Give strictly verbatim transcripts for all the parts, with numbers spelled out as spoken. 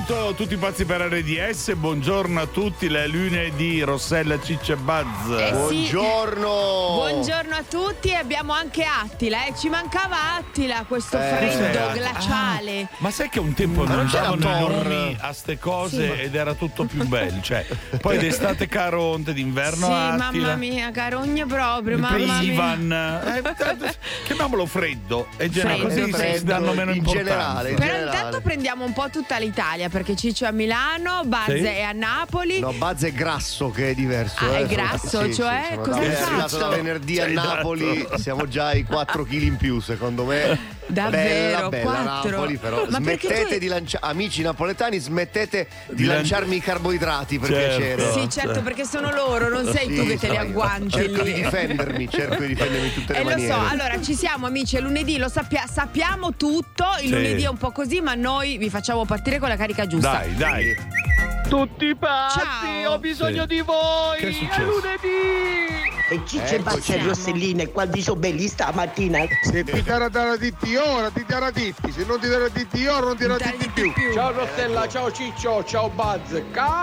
Pronto, tutti pazzi per R D S, buongiorno a tutti, le lunedì, Rossella, Ciccia e Buzz. Eh sì. Buongiorno. Buongiorno a tutti e abbiamo anche Attila, eh. Ci mancava Attila, questo Eh, freddo cos'è? glaciale. Ah, ma sai che un tempo Ma non non c'era davano i Thor? nomi a ste cose Sì. ed era tutto più bello, cioè poi d'estate Caronte, d'inverno Sì, Attila. mamma mia, carogne proprio, mamma Poi mia. Ivan, eh, chiamiamolo freddo e genere Freddo, così si freddo, danno meno in importanza. generale, in Però generale. intanto prendiamo un po' tutta l'Italia, perché Ciccio è a Milano, Buzz Sì. è a Napoli. No, Buzz è grasso, che è diverso. Ah, eh. è grasso, Sì, cioè? sì, sono Cosa da- hai è arrivato fatto? da venerdì a Sei Napoli, dato. siamo già ai quattro chili in più, secondo me. Davvero, Bella, bella quattro? Napoli, però Ma perché smettete tu- di lanciare, amici napoletani, smettete di, Di lan- lanciarmi i carboidrati, per Certo. piacere. Sì, certo, perché sono loro, non sei Sì, tu che te li so, agguanti cerco lì. di difendermi, cerco di difendermi in tutte le Eh, lo maniere. so, allora ci siamo amici, è lunedì, lo sappia- sappiamo tutto, il Sì. lunedì è un po' così, ma noi vi facciamo partire con la carica giusta. Dai, dai. Tutti pazzi, Ciao. ho bisogno Sì. di voi. Che è È successo? lunedì. E Ciccio e Eccoci. Buzz e Rossellina, quanti sono belli stamattina. Se ti darà da ditti ora, ti darà ditti. Se non ti darà ditti ora, non ti darà Dai, ditti di più. Ciao Rossella, ciao Ciccio, ciao Buzz.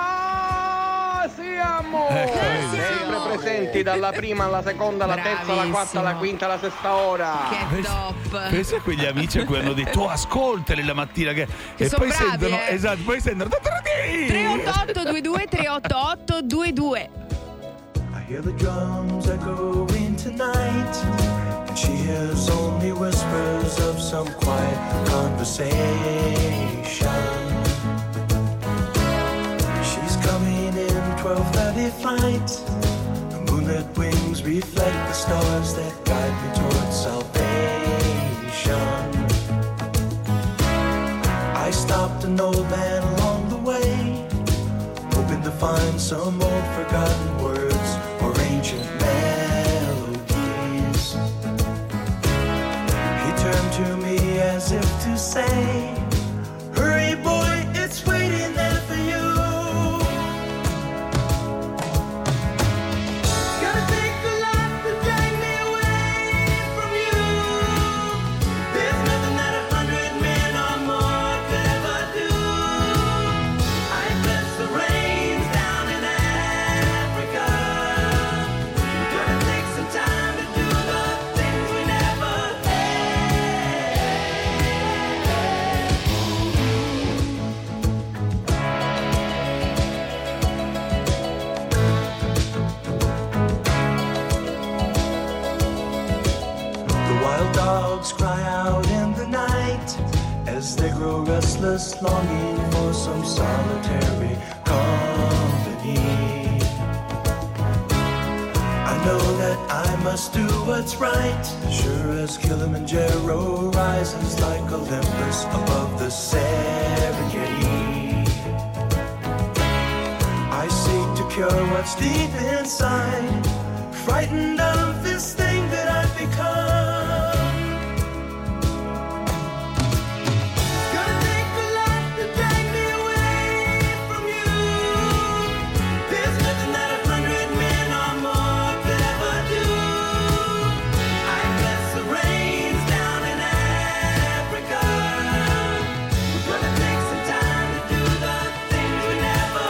Casiamo! Ecco, vedi. Sempre presenti dalla prima alla seconda, alla terza, alla quarta, alla Bravissimo. quinta, alla sesta ora. Che top. Pensa a quegli amici a cui hanno detto oh, ascoltali la mattina che, Che e son poi bravi, sentono eh. esatto, poi sentono tre otto otto due due tre otto otto due due. I hear the drums echoing tonight, and she hears only whispers of some quiet conversation. She's coming in twelve thirty flight. The moonlit wings reflect the stars that guide me towards salvation. I stopped an old man along the way, hoping to find some old forgotten words or ancient melodies. He turned to me as if to say, hurry boy, it's waiting there for you. Gotta take a lot to drag me away from you. There's nothing that a hundred men or more could ever do. I bless the rains down in Africa. We're gonna take some time to do the things we never The wild dogs cry out in the night as they grow restless, longing for some solitary company. I know that I must do what's right, sure as Kilimanjaro rises like Olympus above the Serengeti. I seek to cure what's deep inside, frightened of this thing that I've become. Gonna take a lot to drag me away from you. There's nothing that a hundred men or more could ever do. I bless the rains down in Africa. We're gonna take some time to do the things we never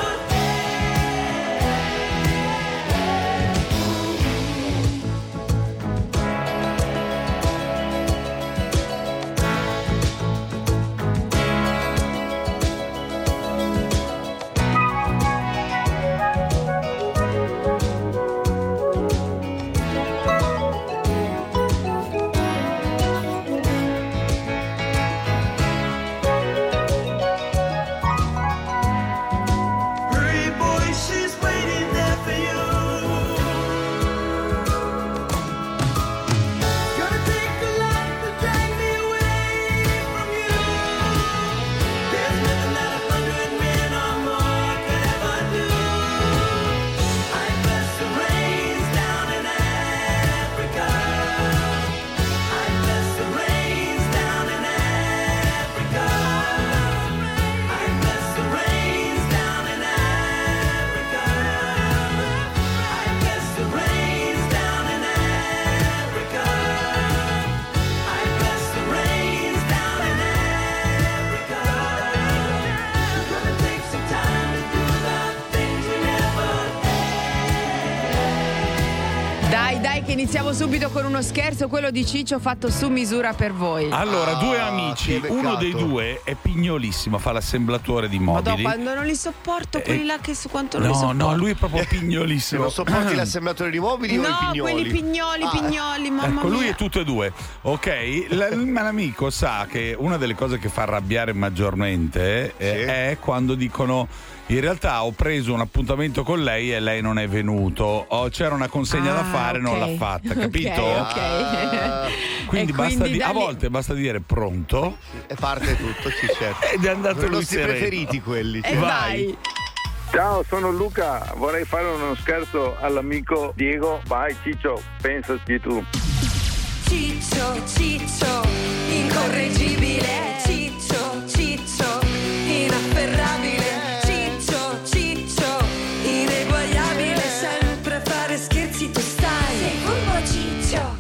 iniziamo subito con uno scherzo, quello di Ciccio fatto su misura per voi. Allora, due Ah, amici, che uno peccato. dei due è pignolissimo, fa l'assemblatore di mobili. Madò, quando non li sopporto, quelli Eh, là che su quanto non li No, sopporto. no, lui è proprio Se pignolissimo. non sopporti l'assemblatore di mobili o i No, pignoli? quelli pignoli, Ah, pignoli, mamma Ecco, lui mia. è tutte e due. Ok, L- ma l'amico sa che una delle cose che fa arrabbiare maggiormente eh, Sì. è quando dicono: in realtà ho preso un appuntamento con lei e lei non è venuto. O c'era una consegna da Ah, fare e non ok. l'ha fatta, Ok, capito? ok. Ah. Quindi, E basta quindi di- da a lì- volte basta dire pronto E parte tutto, sì, certo. ed è andato Sono i lui nostri sereno. preferiti quelli. E Vai. vai. Ciao, sono Luca, vorrei fare uno scherzo all'amico Diego. Vai Ciccio, pensaci tu. Ciccio, Ciccio, incorreggibile. Ciccio, Ciccio, inafferrabile. Ciccio, Ciccio, ineguagliabile. Sempre a fare scherzi tu stai. Sei furbo Ciccio.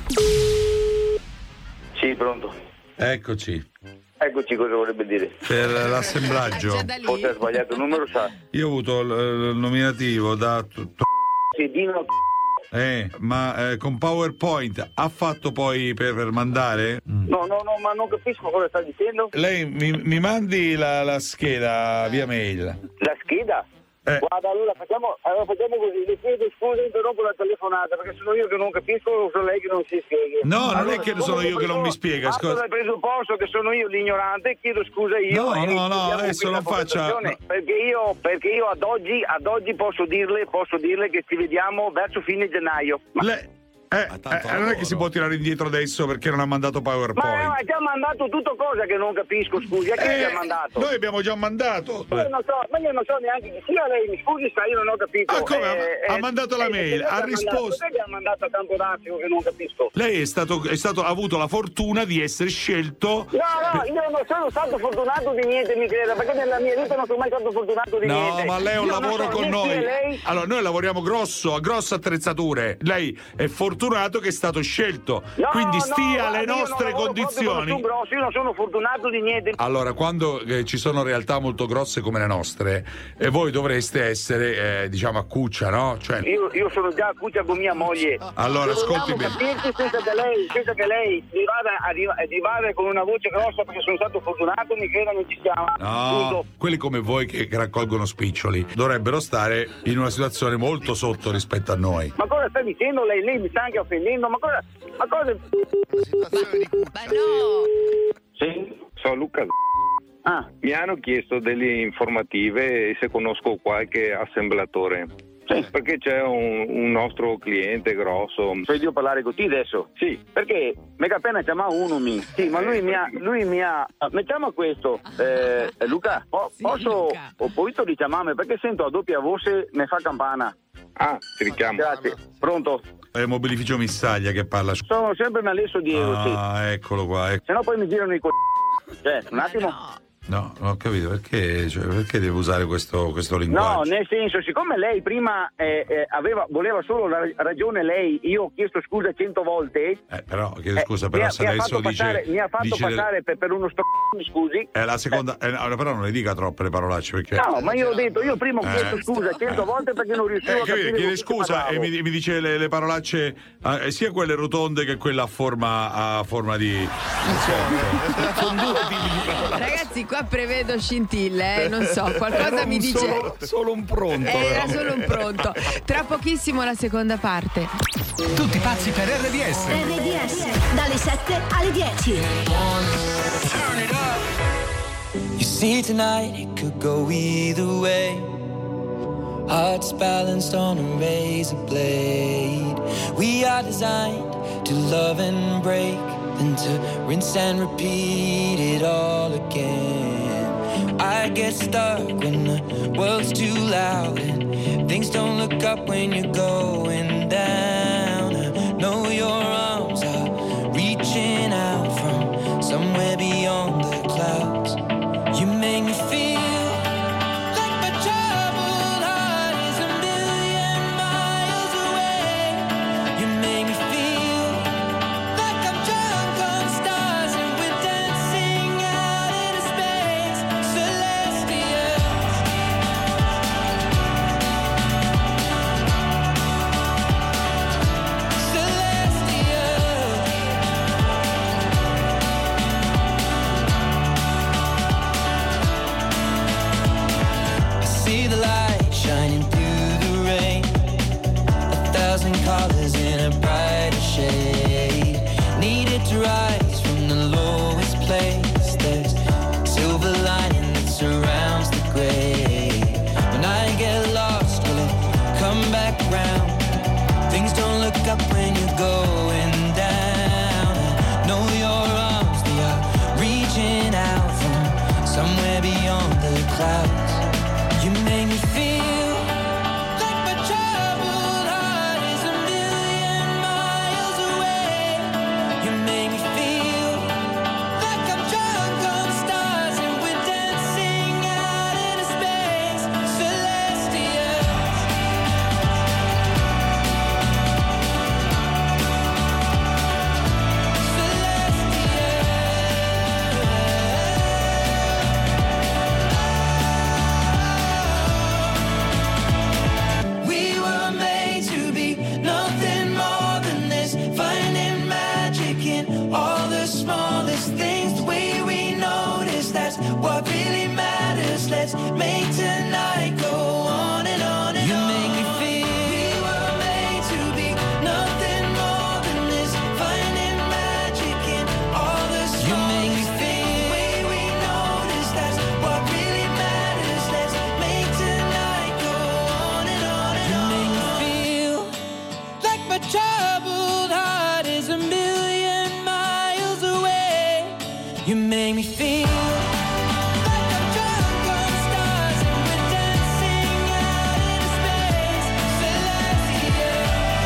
Sì, pronto. Eccoci, Eccoci cosa vorrebbe dire. per l'assemblaggio. Già da lì. Forse ha sbagliato il numero, sa. Io ho avuto il, il nominativo da tutto. Sì, Dino. Eh, ma eh, con PowerPoint ha fatto poi per, per mandare? No, no, no, ma non capisco cosa sta dicendo. Lei mi, mi mandi la, la scheda via mail. La scheda? Eh. Guarda, allora facciamo, allora facciamo così, le chiedo scusa, interrompo la telefonata perché sono io che non capisco o sono lei che non si spiega. No, non Allora, è che siccome sono io che non mi spiega, Parto scusa. dal presupposto che sono io l'ignorante, chiedo scusa io. No, e no, no, chiudiamo adesso qui la non faccia- conversazione, no. Perché io, perché io ad oggi, ad oggi posso dirle, posso dirle che ci vediamo verso fine gennaio. Ma, Le- eh, eh, non è che si può tirare indietro adesso perché non ha mandato ma PowerPoint. ha già mandato tutto cosa che non capisco, scusi, a chi Eh, ha mandato? Noi abbiamo già mandato. Io non so, ma io non so neanche chi sia lei, mi scusi, sa, io non ho capito. Ah, come? Ha mandato la mail, cos'è che ha risposto. Cos'è che ha mandato a Campodacio che non capisco? Lei è stato, è stato, ha avuto la fortuna di essere scelto. No, no, io non sono stato fortunato di niente, mi creda, perché nella mia vita non sono mai stato fortunato di No, niente. ma lei ha un Io non lavoro so con né chi noi. è lei. Allora, noi lavoriamo grosso, a grosse attrezzature. Lei è fortunato che è stato scelto. No, Quindi no, stia alle guarda, io non nostre lavoro proprio condizioni. con nessun grosso, io non sono fortunato di niente. Allora, quando eh, ci sono realtà molto grosse come le nostre, e voi dovreste essere, eh, diciamo, a cuccia, no? Cioè, Io, io sono già a cuccia con mia moglie. allora, Se ascolti vogliamo bene. capirci senza che lei, senza che lei mi vada a div- a divare con una voce grossa perché sono stato fortunato, mi creda non ci siamo. No, Punto. quelli come voi che, che raccolgono spiccioli dovrebbero stare in una situazione molto sotto rispetto a noi. Ma cosa sta dicendo lei? Lei mi sta anche offendendo, ma cosa? Ma cosa? Una situazione di cuccia. Ma no. Sì, sono Luca. Ah, mi hanno chiesto delle informative e se conosco qualche assemblatore. Sì, perché c'è un, un nostro cliente grosso. Sai io parlare con te adesso? Sì. Perché mi ha appena chiamato uno mi. Sì, ma lui mi ha lui mi ha mettiamo questo. Eh, Luca, po- Sì, posso Luca. ho poi di chiamarmi perché sento a doppia voce mi fa campana. Ah, ti richiamo. Grazie. Pronto? È Mobilificio Missaglia che parla. Sono sempre Malesso Diego, sì. Ah, eccolo qua. ecco. Se no poi mi girano i co***i. Cioè, un attimo. No. No, non ho capito perché, cioè, perché deve usare questo, questo No, linguaggio. nel senso, siccome lei prima eh, eh, aveva, voleva solo la ragione lei, io ho chiesto scusa cento volte. Eh, però, chiedo eh, scusa, mi però ha- se mi ha adesso fatto dice... passare, mi ha fatto dice passare per, per uno sto mi scusi. È la seconda... eh, no, però non le dica troppe le parolacce perché... No, ma io ho detto, io prima ho Eh. chiesto scusa cento volte perché non riuscivo Eh, a capire capite, con chiede chi scusa e parlavo. mi, mi dice le, le parolacce eh, sia quelle rotonde che quella a forma, a forma di... Sono due tipi di parolacce. Ragazzi, qua prevedo scintille, eh, non so, qualcosa Era mi un dice. Solo, solo un pronto. Eh, Era però. solo un pronto. Tra pochissimo la seconda parte. Tutti pazzi per R D S. R D S dalle sette alle dieci. You see tonight it could go either way. Hearts balanced on a razor blade. We are designed to love and break, then to rinse and repeat it all again. I get stuck when the world's too loud and things don't look up when you're going down. I know your arms are reaching out from somewhere beyond the clouds. You make me feel like my troubled heart is a million miles away. You make me feel like I'm drunk on stars and we're dancing out into space, celestial. Celestial. shade. Needed to rise from the lowest place. There's silver lining that surrounds the gray. When I get lost, will it come back round? Things don't look up when you're going down. I know your arms, they are reaching out from somewhere beyond the clouds. You make me feel like my troubled heart is a million miles away. You make me feel like I'm drunk on stars and we're dancing out into space. Celestial. We were made to be nothing more than this, finding magic in all the smallest things. The way we notice, that's what really matters. Let's make tonight go on and on and on. You make me feel we were made to be nothing more than this, finding magic in all the smallest things. You make me feel the way we notice, that's what really matters. Let's make tonight go on and on and on. You make me feel like my troubled heart is a million miles away. You make me feel like I'm drunk on stars and we're dancing out into space. Celestial.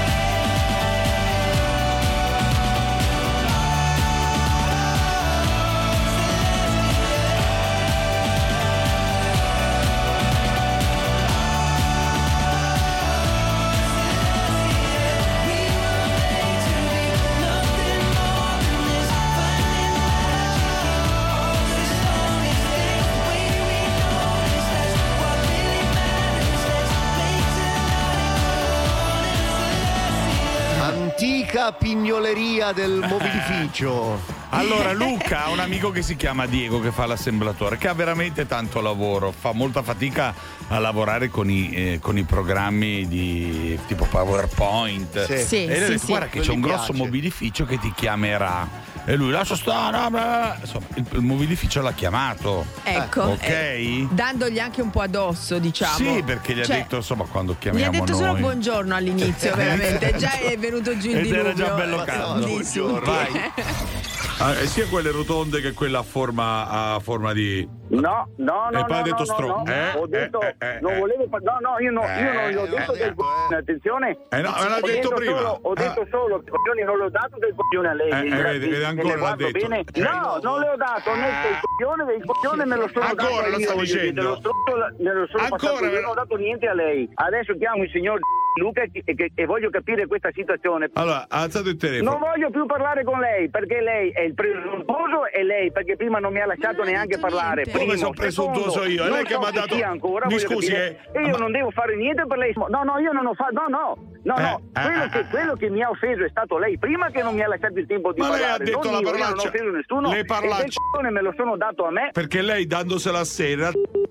Antica pignoleria del mobilificio. Allora, Luca ha un amico che si chiama Diego che fa l'assemblatore, che ha veramente tanto lavoro, fa molta fatica a lavorare con i, eh, con i programmi di tipo PowerPoint. Sì. Sì, e lui ha sì, detto, sì. guarda che Non c'è gli un grosso piace. mobilificio che ti chiamerà. E lui lascia stare, bla, bla. Insomma, il, il mobilificio l'ha chiamato. Ecco, Ok? eh, dandogli anche un po' addosso, diciamo. Sì, perché gli ha Cioè, detto, insomma, quando Gli chiamiamo ha detto noi. solo buongiorno all'inizio, veramente. Già è venuto giù il Ed era diluvio già bello Ma caldo. di buongiorno. succhi. Vai. Ah, eh, sia quelle rotonde che quella a forma, a forma di. No, no, no, E poi no, ha detto no, stro- no, no. eh, ho detto, eh, eh, non eh. volevo, pa- no, no, io, no, io non gli ho Eh, detto eh, del ecco, coglione, eh. attenzione. Eh no, me l'ha Ho detto prima. Solo, ho detto Ah. solo che coglioni non le ho dato del coglione a lei. Eh, eh, mi- vedi, vedi, me ancora ne l'ha guardo detto. bene. Eh. No, non le ho dato né del coglione, del coglione me lo sono Ancora dato lo io. sta voglio dire, dicendo? dello stronzo la- me lo sono Ancora, passato io, me lo- non ho dato niente a lei. Adesso chiamo il signor Luca e, e- e voglio capire questa situazione. Allora, ha alzato il telefono. Non voglio più parlare con lei perché lei è il presuntuoso e lei perché prima non mi ha lasciato non ha neanche detto parlare. niente. Come Primo, sono presuntuoso secondo, io? È non lei che so mi ha se dato- sia ancora, Mi voglio scusi, capire. eh, E io ma- non devo fare niente per lei. No, no, io non ho fatto. No, no, no, Eh, no. eh, Quello, eh, che, eh. quello che mi ha offeso è stato lei prima che non mi ha lasciato il tempo di Ma lei parlare. ha detto non la io, io non ho parolaccia- offeso nessuno. le E parolacce- del c***o me lo sono dato a me. Perché lei dandosela a sera.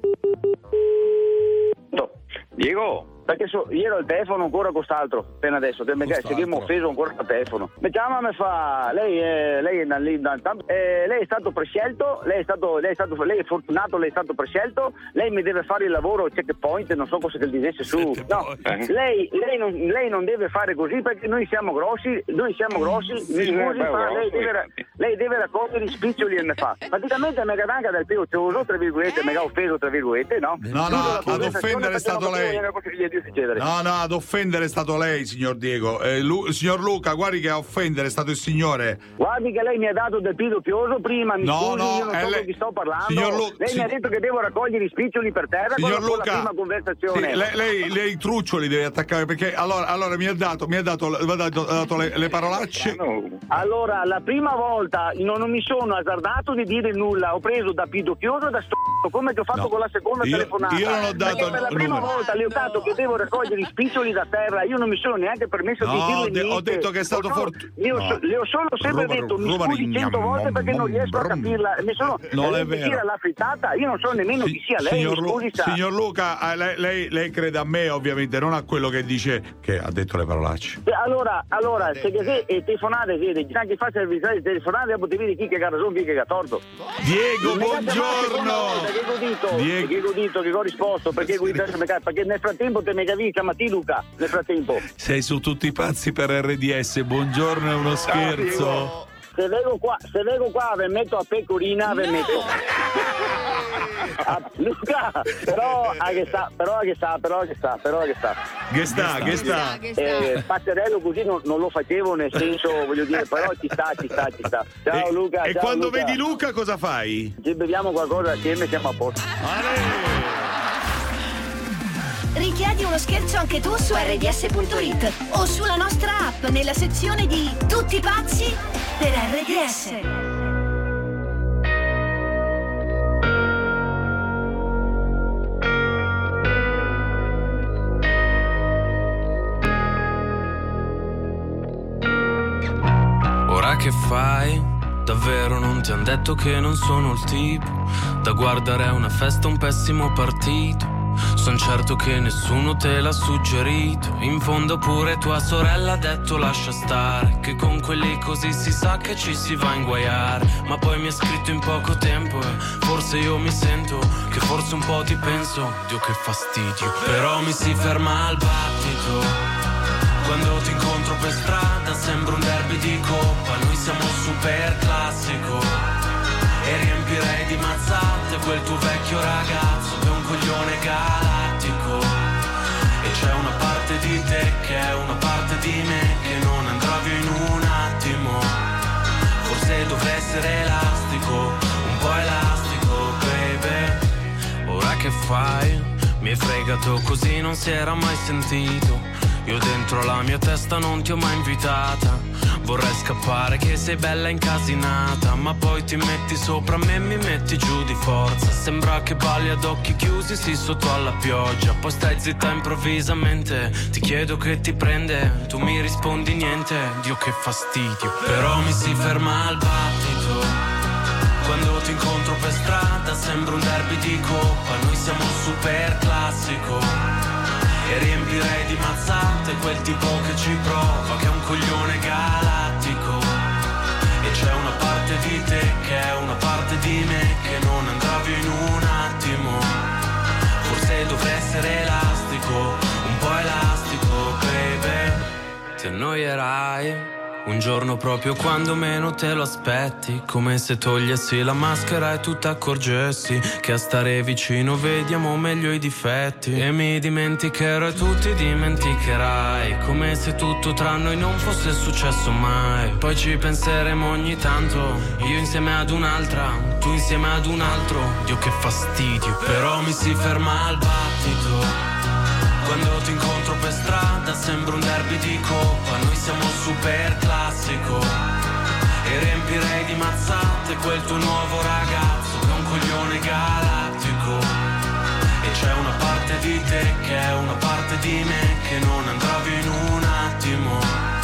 Diego, perché so, io ero al telefono ancora con quest'altro appena adesso, che mi Cost'altro? che mi ha offeso ancora al telefono. Mi chiama e mi fa, lei è, lei è, lì da- tanto- eh, lei è stato prescelto, lei è stato, lei è stato, lei è fortunato, lei è stato prescelto, lei mi deve fare il lavoro checkpoint, non so cosa che dicesse su. No, Checkpoint. lei, lei, non, lei non deve fare così perché noi siamo grossi, noi siamo grossi, mi scusi, beh, fa, lei, grossi. deve, ra- lei deve raccogliere i spiccioli e mi fa. Praticamente me gadanga del piocioso, tra virgolette, me ha offeso, tra virgolette, no? No, no, Chiudo la ad conversazione offendere è perché stato non capivo lei. neanche cosa che gli è succedere. No, no, ad offendere è stato lei, signor Diego. Eh, Lu- signor Luca, guardi che a offendere è stato il signore. Guardi che lei mi ha dato del pido pioso prima, mi No, scusi, no, io non è so lei- di chi sto parlando. Signor Lu- lei si- mi ha detto che devo raccogliere i spiccioli per terra con Signor la, con la Luca, prima conversazione. sì, lei, lei, lei i truccioli deve attaccare perché allora, allora mi ha dato, mi ha dato, mi ha dato, ha dato le, le parolacce. Allora, la prima volta non, non mi sono azzardato di dire nulla, ho preso da pido chioso e da sto come che ho fatto No, con la seconda io- telefonata. io non ho dato Perché per la prima numero. volta le ho dato che potevo raccogliere i spiccioli da terra, io non mi sono neanche permesso No, di dirle ho de- ho niente. detto che è stato Ho solo- fortunato. Io No. so- le ho solo sempre Ruba- detto mi ruba- scusi cento volte perché non riesco a capirla. Mi sono Non è lei vero. tira la frittata, io non so nemmeno chi sia lei, Signor, mi Lu- scusi, sa. signor Luca, eh, lei, lei, lei crede a me ovviamente, non a quello che dice, che ha detto le parolacce. Eh, Allora, allora, se che se telefonate, vede, anche faccia il visare telefonate, dopo ti vedi chi che ha ragione, chi che ha torto. Diego, Non mi caccia mai la seconda buongiorno. volta, Che ho dito, Diego. che ho dito, che ho risposto, perché, perché nel frattempo te me capisci, ma ti Luca, nel frattempo. Sei su tutti i pazzi per R D S, buongiorno, è uno scherzo. Se vengo qua, se vengo qua ve metto a pecorina, ve metto. Ah, Luca, però a che sta, però a che sta, però a che sta, però a che sta. Che sta, che sta? Eh, Pazzerello così non, non lo facevo, nel senso, voglio dire, però ci sta, ci sta, ci sta. Ciao E- Luca. E ciao, quando Luca. vedi Luca cosa fai? Ci beviamo qualcosa assieme, siamo a posto. Richiedi uno scherzo anche tu su R D S punto it o sulla nostra app nella sezione di Tutti pazzi per R D S. Ora che fai? Davvero non ti han detto che non sono il tipo da guardare a una festa, un pessimo partito. Son certo che nessuno te l'ha suggerito. In fondo pure tua sorella ha detto lascia stare, che con quelli così si sa che ci si va a inguaiare. Ma poi mi ha scritto in poco tempo e forse io mi sento che forse un po' ti penso. Dio che fastidio. Però mi si ferma al battito quando ti incontro per strada, sembra un derby di coppa. Noi siamo super classico e riempirei di mazzate quel tuo vecchio ragazzo che è un coglione galattico. E c'è una parte di te che è una parte di me che non andrà via in un attimo. Forse dovrei essere elastico, un po' elastico, baby. Ora che fai? Mi hai fregato così, non si era mai sentito. Io dentro la mia testa non ti ho mai invitata. Vorrei scappare che sei bella incasinata, ma poi ti metti sopra me e mi metti giù di forza. Sembra che balli ad occhi chiusi, sì, sotto alla pioggia. Poi stai zitta improvvisamente, ti chiedo che ti prende, tu mi rispondi niente. Dio che fastidio. Però mi si ferma al battito quando ti incontro per strada, sembra un derby di coppa. Noi siamo super classico e riempirei di mazzate quel tipo che ci prova, che è un coglione galattico. E c'è una parte di te che è una parte di me che non andrà via in un attimo. Forse dovrei essere elastico, un po' elastico, baby. Ti annoierai un giorno proprio quando meno te lo aspetti, come se togliessi la maschera e tu ti accorgessi che a stare vicino vediamo meglio i difetti. E mi dimenticherò e tu ti dimenticherai, come se tutto tra noi non fosse successo mai. Poi ci penseremo ogni tanto, io insieme ad un'altra, tu insieme ad un altro. Dio che fastidio. Però mi si ferma al battito quando ti incontro per strada, sembra un derby di coppa. Noi siamo super classico e riempirei di mazzate quel tuo nuovo ragazzo che è un coglione galattico. E c'è una parte di te che è una parte di me che non andrà via in un attimo.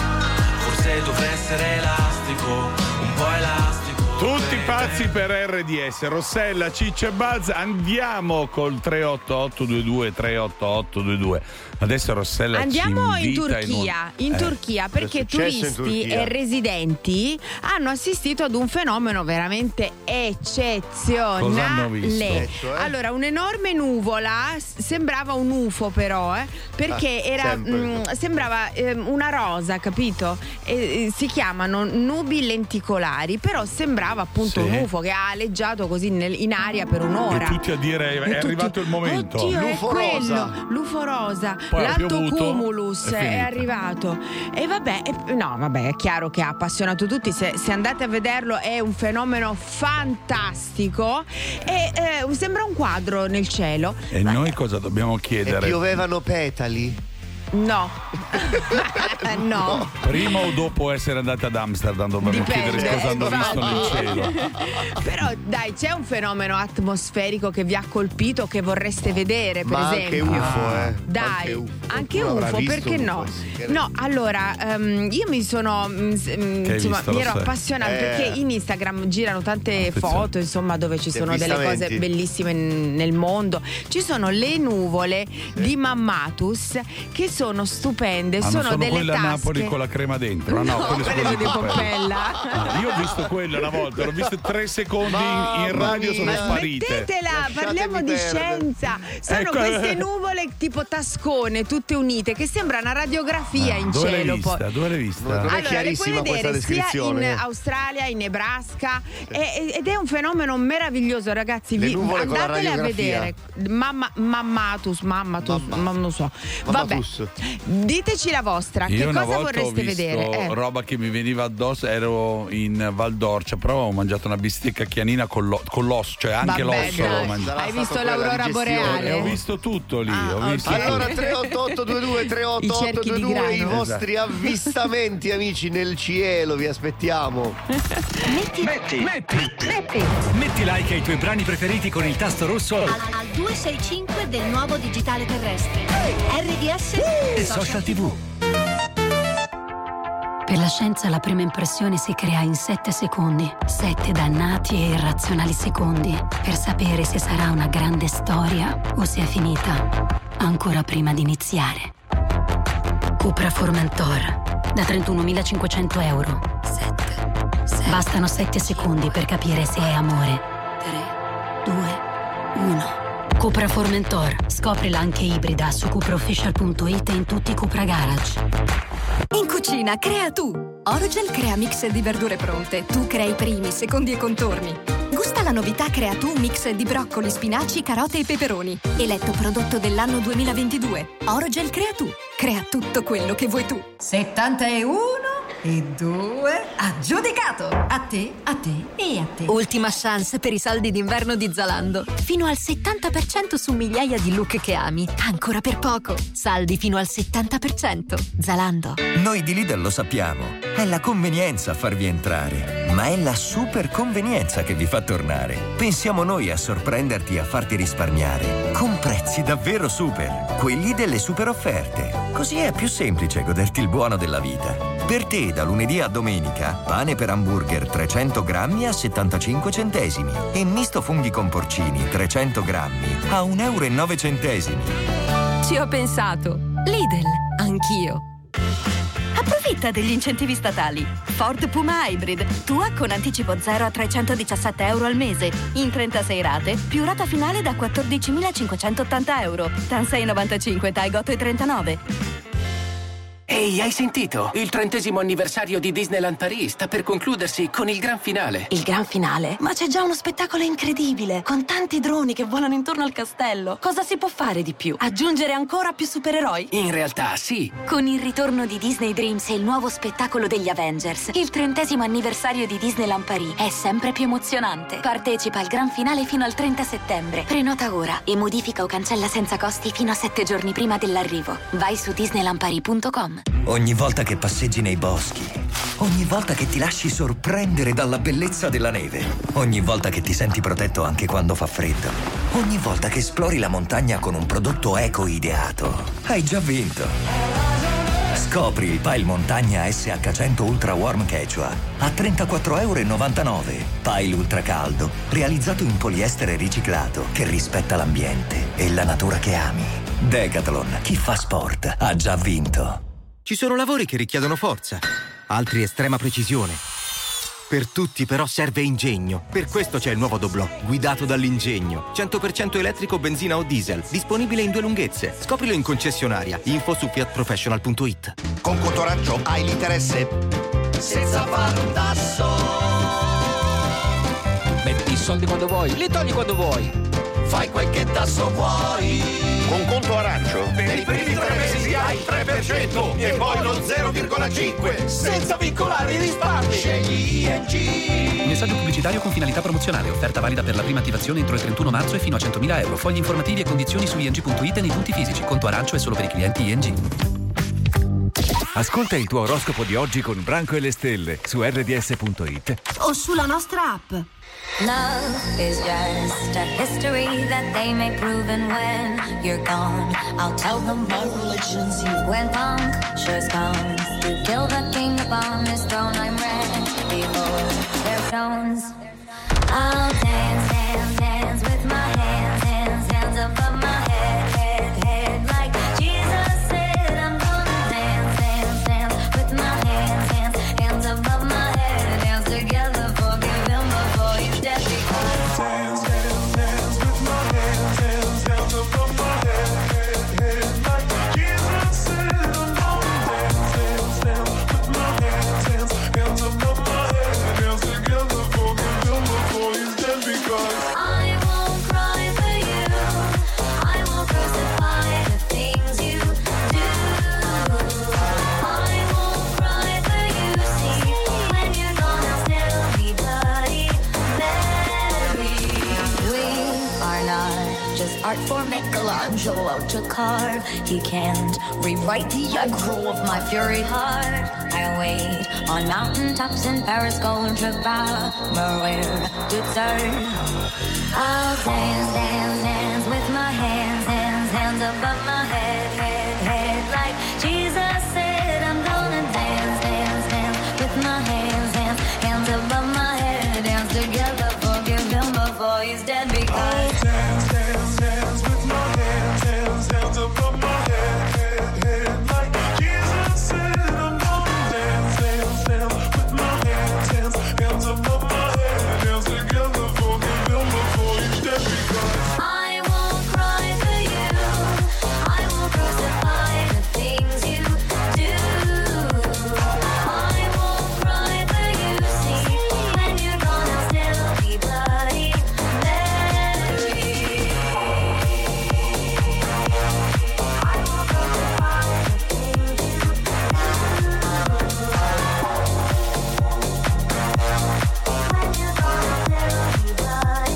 Forse dovrei essere elastico, un po' elastico. Tutti pazzi per R D S, Rossella, Ciccia e Buzz, andiamo col tre otto otto due due tre otto otto due due. Adesso Rossella Andiamo ci in invita Turchia, in, un- Turchia Eh, perché cosa è successo in turisti Turchia? e residenti hanno assistito ad un fenomeno veramente eccezionale. Cosa hanno visto? Eh, cioè? Allora, un'enorme nuvola, s- sembrava un U F O però, eh, perché Ah, era, sempre. mh, sembrava ehm, una rosa, capito? E, eh, si chiamano nubi lenticolari, però sembrava appunto Sì. un U F O che ha aleggiato così nel- in aria per un'ora. E tutti a dire è E tutti, arrivato il momento. Oddio, è L'U F O quello, rosa. l'U F O rosa, Poi ha piovuto, l'altocumulus è è, finita. arrivato. E vabbè, e- no, vabbè, è chiaro che ha appassionato tutti. Se, se andate a vederlo è un fenomeno fantastico e eh, sembra un quadro nel cielo. E noi cosa dobbiamo E chiedere? piovevano petali. No. No. Prima o dopo essere andati ad Amsterdam dovevano Dipende, chiedere cosa hanno visto nel cielo. Però dai, c'è un fenomeno atmosferico che vi ha colpito, che vorreste vedere, per Ma esempio. anche U F O, eh. Dai, Anche U F O. anche Qualcuno U F O, avrà visto perché un no? U F O, sì, che ne- No, allora, ehm, io mi sono mm, s- mm, Che hai insomma, visto, mi lo ero sai. appassionata Eh. perché in Instagram girano tante Attenzione. foto, insomma, dove ci Gli sono delle cose avvistamenti. bellissime n- nel mondo. Ci sono le nuvole di Mammatus che sono stupende, Ah, non sono, sono delle quelle a tasche. Napoli con la crema dentro? Ah, no, No, quelle sono quelle di di Pompella. Pompella. Ah, io ho visto quelle una volta, l'ho viste tre secondi in, in Mamma radio, sono mia. sparite. Smettetela, Lasciatemi parliamo di perdere. scienza. Sono Ecco. queste nuvole tipo tascone, tutte unite, che sembra una radiografia in Ah, Dove l'hai cielo. vista? poi. Dove l'hai vista? Non è Allora, le chiarissima puoi questa vedere sia in descrizione. Australia, in Nebraska, e- ed è un fenomeno meraviglioso, ragazzi. Le Vi- nuvole con la andatele a radiografia. vedere. Mamma, mammatus, mammatus, Mamma. ma non so. Vabbè, Mammatus. diteci la vostra, Io che una cosa volta ho vorreste visto vedere? Eh. roba che mi veniva addosso, ero in Val d'Orcia, però ho mangiato una bistecca chianina con, lo- con l'osso, cioè anche Vabbè, l'osso dai. l'ho mangiato. Sarà Hai stato visto quella l'aurora digestione. boreale? E ho visto tutto lì, Ah, ho ok. visto Allora tutto. tre otto otto due due tre otto I otto cerchi due di due i grano. vostri avvistamenti, amici, nel cielo, vi aspettiamo. Metti, Metti, metti, metti like ai tuoi brani preferiti con il tasto rosso al, al due sei cinque del nuovo digitale terrestre. R D S e Social tivù. Per la scienza la prima impressione si crea in sette secondi. Sette dannati e irrazionali secondi per sapere se sarà una grande storia o se è finita ancora prima di iniziare. Cupra Formentor da trentunomilacinquecento euro. Sette, sei, bastano sette secondi per capire se è amore. Tre, due, uno. Cupra Formentor. Scoprila anche ibrida su cupraofficial punto it e in tutti i Cupra Garage. In cucina, crea tu! Orogel crea mix di verdure pronte. Tu crei primi, secondi e contorni. Gusta la novità Crea tu mix di broccoli, spinaci, carote e peperoni. Eletto prodotto dell'anno duemilaventidue. Orogel crea tu. Crea tutto quello che vuoi tu. settantuno e due. Aggiudicato! A te, a te e a te. Ultima chance per i saldi d'inverno di Zalando. Fino al settanta per cento su migliaia di look che ami. Ancora per poco. Saldi fino al settanta per cento. Zalando. Noi di Lidl lo sappiamo. È la convenienza a farvi entrare, ma è la super convenienza che vi fa tornare. Pensiamo noi a sorprenderti e a farti risparmiare. Con prezzi davvero super. Quelli delle super offerte. Così è più semplice goderti il buono della vita. Per te, da lunedì a domenica, pane per hamburger trecento grammi a settantacinque centesimi e misto funghi con porcini trecento grammi a un euro e nove centesimi. Ci ho pensato. Lidl. Anch'io. Approfitta degli incentivi statali. Ford Puma Hybrid. Tua con anticipo zero a trecentodiciassette euro al mese. In trentasei rate, più rata finale da quattordicimilacinquecentottanta euro. TAN sei virgola novantacinque, TAG otto virgola trentanove. Ehi, hai sentito? Il trentesimo anniversario di Disneyland Paris sta per concludersi con il gran finale. Il gran finale? Ma c'è già uno spettacolo incredibile, con tanti droni che volano intorno al castello. Cosa si può fare di più? Aggiungere ancora più supereroi? In realtà, sì. Con il ritorno di Disney Dreams e il nuovo spettacolo degli Avengers, il trentesimo anniversario di Disneyland Paris è sempre più emozionante. Partecipa al gran finale fino al trenta settembre. Prenota ora e modifica o cancella senza costi fino a sette giorni prima dell'arrivo. Vai su disneyland paris punto com. Ogni volta che passeggi nei boschi, ogni volta che ti lasci sorprendere dalla bellezza della neve, ogni volta che ti senti protetto anche quando fa freddo, ogni volta che esplori la montagna con un prodotto eco ideato, hai già vinto. Scopri il Pile Montagna S H cento Ultra Warm Quechua a trentaquattro e novantanove euro. Pile ultra caldo, realizzato in poliestere riciclato che rispetta l'ambiente e la natura che ami. Decathlon, chi fa sport ha già vinto. Ci sono lavori che richiedono forza, altri estrema precisione. Per tutti però serve ingegno. Per questo c'è il nuovo Doblò, guidato dall'ingegno. cento per cento elettrico, benzina o diesel, disponibile in due lunghezze. Scoprilo in concessionaria. Info su fiat professional punto it. Con Conto Arancio hai l'interesse senza fare un tasso. Metti i soldi quando vuoi, li togli quando vuoi. Fai quel che tasso vuoi. Con Conto Arancio per i primi tre mesi hai il tre per cento e poi lo zero virgola cinque senza vincolare i risparmi. Scegli I N G. Messaggio pubblicitario con finalità promozionale. Offerta valida per la prima attivazione entro il trentuno marzo e fino a centomila euro. Fogli informativi e condizioni su i n g punto it e nei punti fisici. Conto Arancio è solo per i clienti I N G. Ascolta il tuo oroscopo di oggi con Branco e le stelle su erre di esse punto it O sulla nostra app. Love is just a history that they may prove, and when you're gone, I'll tell them my religion's you. When punctures come to kill the king upon his throne, I'm ready for their stones. I'll dance, dance, dance with my hands, hands, hands above my head, head, head, like Jesus said. I'm gonna dance, dance, dance with my hands, hands, hands above my head, dance together, forgive him before he's dead. Because dance, dance, dance with my hands, hands, hands above my head, head, head, like Jesus said. I'm gonna dance, dance, dance with my hands, hands, hands above my head, dance together, forgive him before he's dead. Because I won't cry for you, I won't crucify the things you do. I won't cry for you, see, when you're gone I'll still be bloody Mary. We are not just art for Michelangelo to carve. He can't rewrite the aggro of my fury heart. I wait on mountaintops in Paris, going to Maria to turn. I'll dance, dance, dance with my hands, hands, hands above my head, head, head, like Jesus said. I'm gonna dance, dance, dance with my hands, hands, hands above my head, dance together, forgive him before he's dead. Because I'll dance, dance, dance with my hands, hands, hands above my head, head, head, like Jesus said. I'm gonna dance, dance, dance with my hands, hands, hands above my head, dance together, forgive him before he's dead. Because I won't cry for you, I won't crucify the things you do. I won't cry for you, see, when you're gone I'll still be bloody Mary. I won't crucify the things you do. When you're gone I'll still be bloody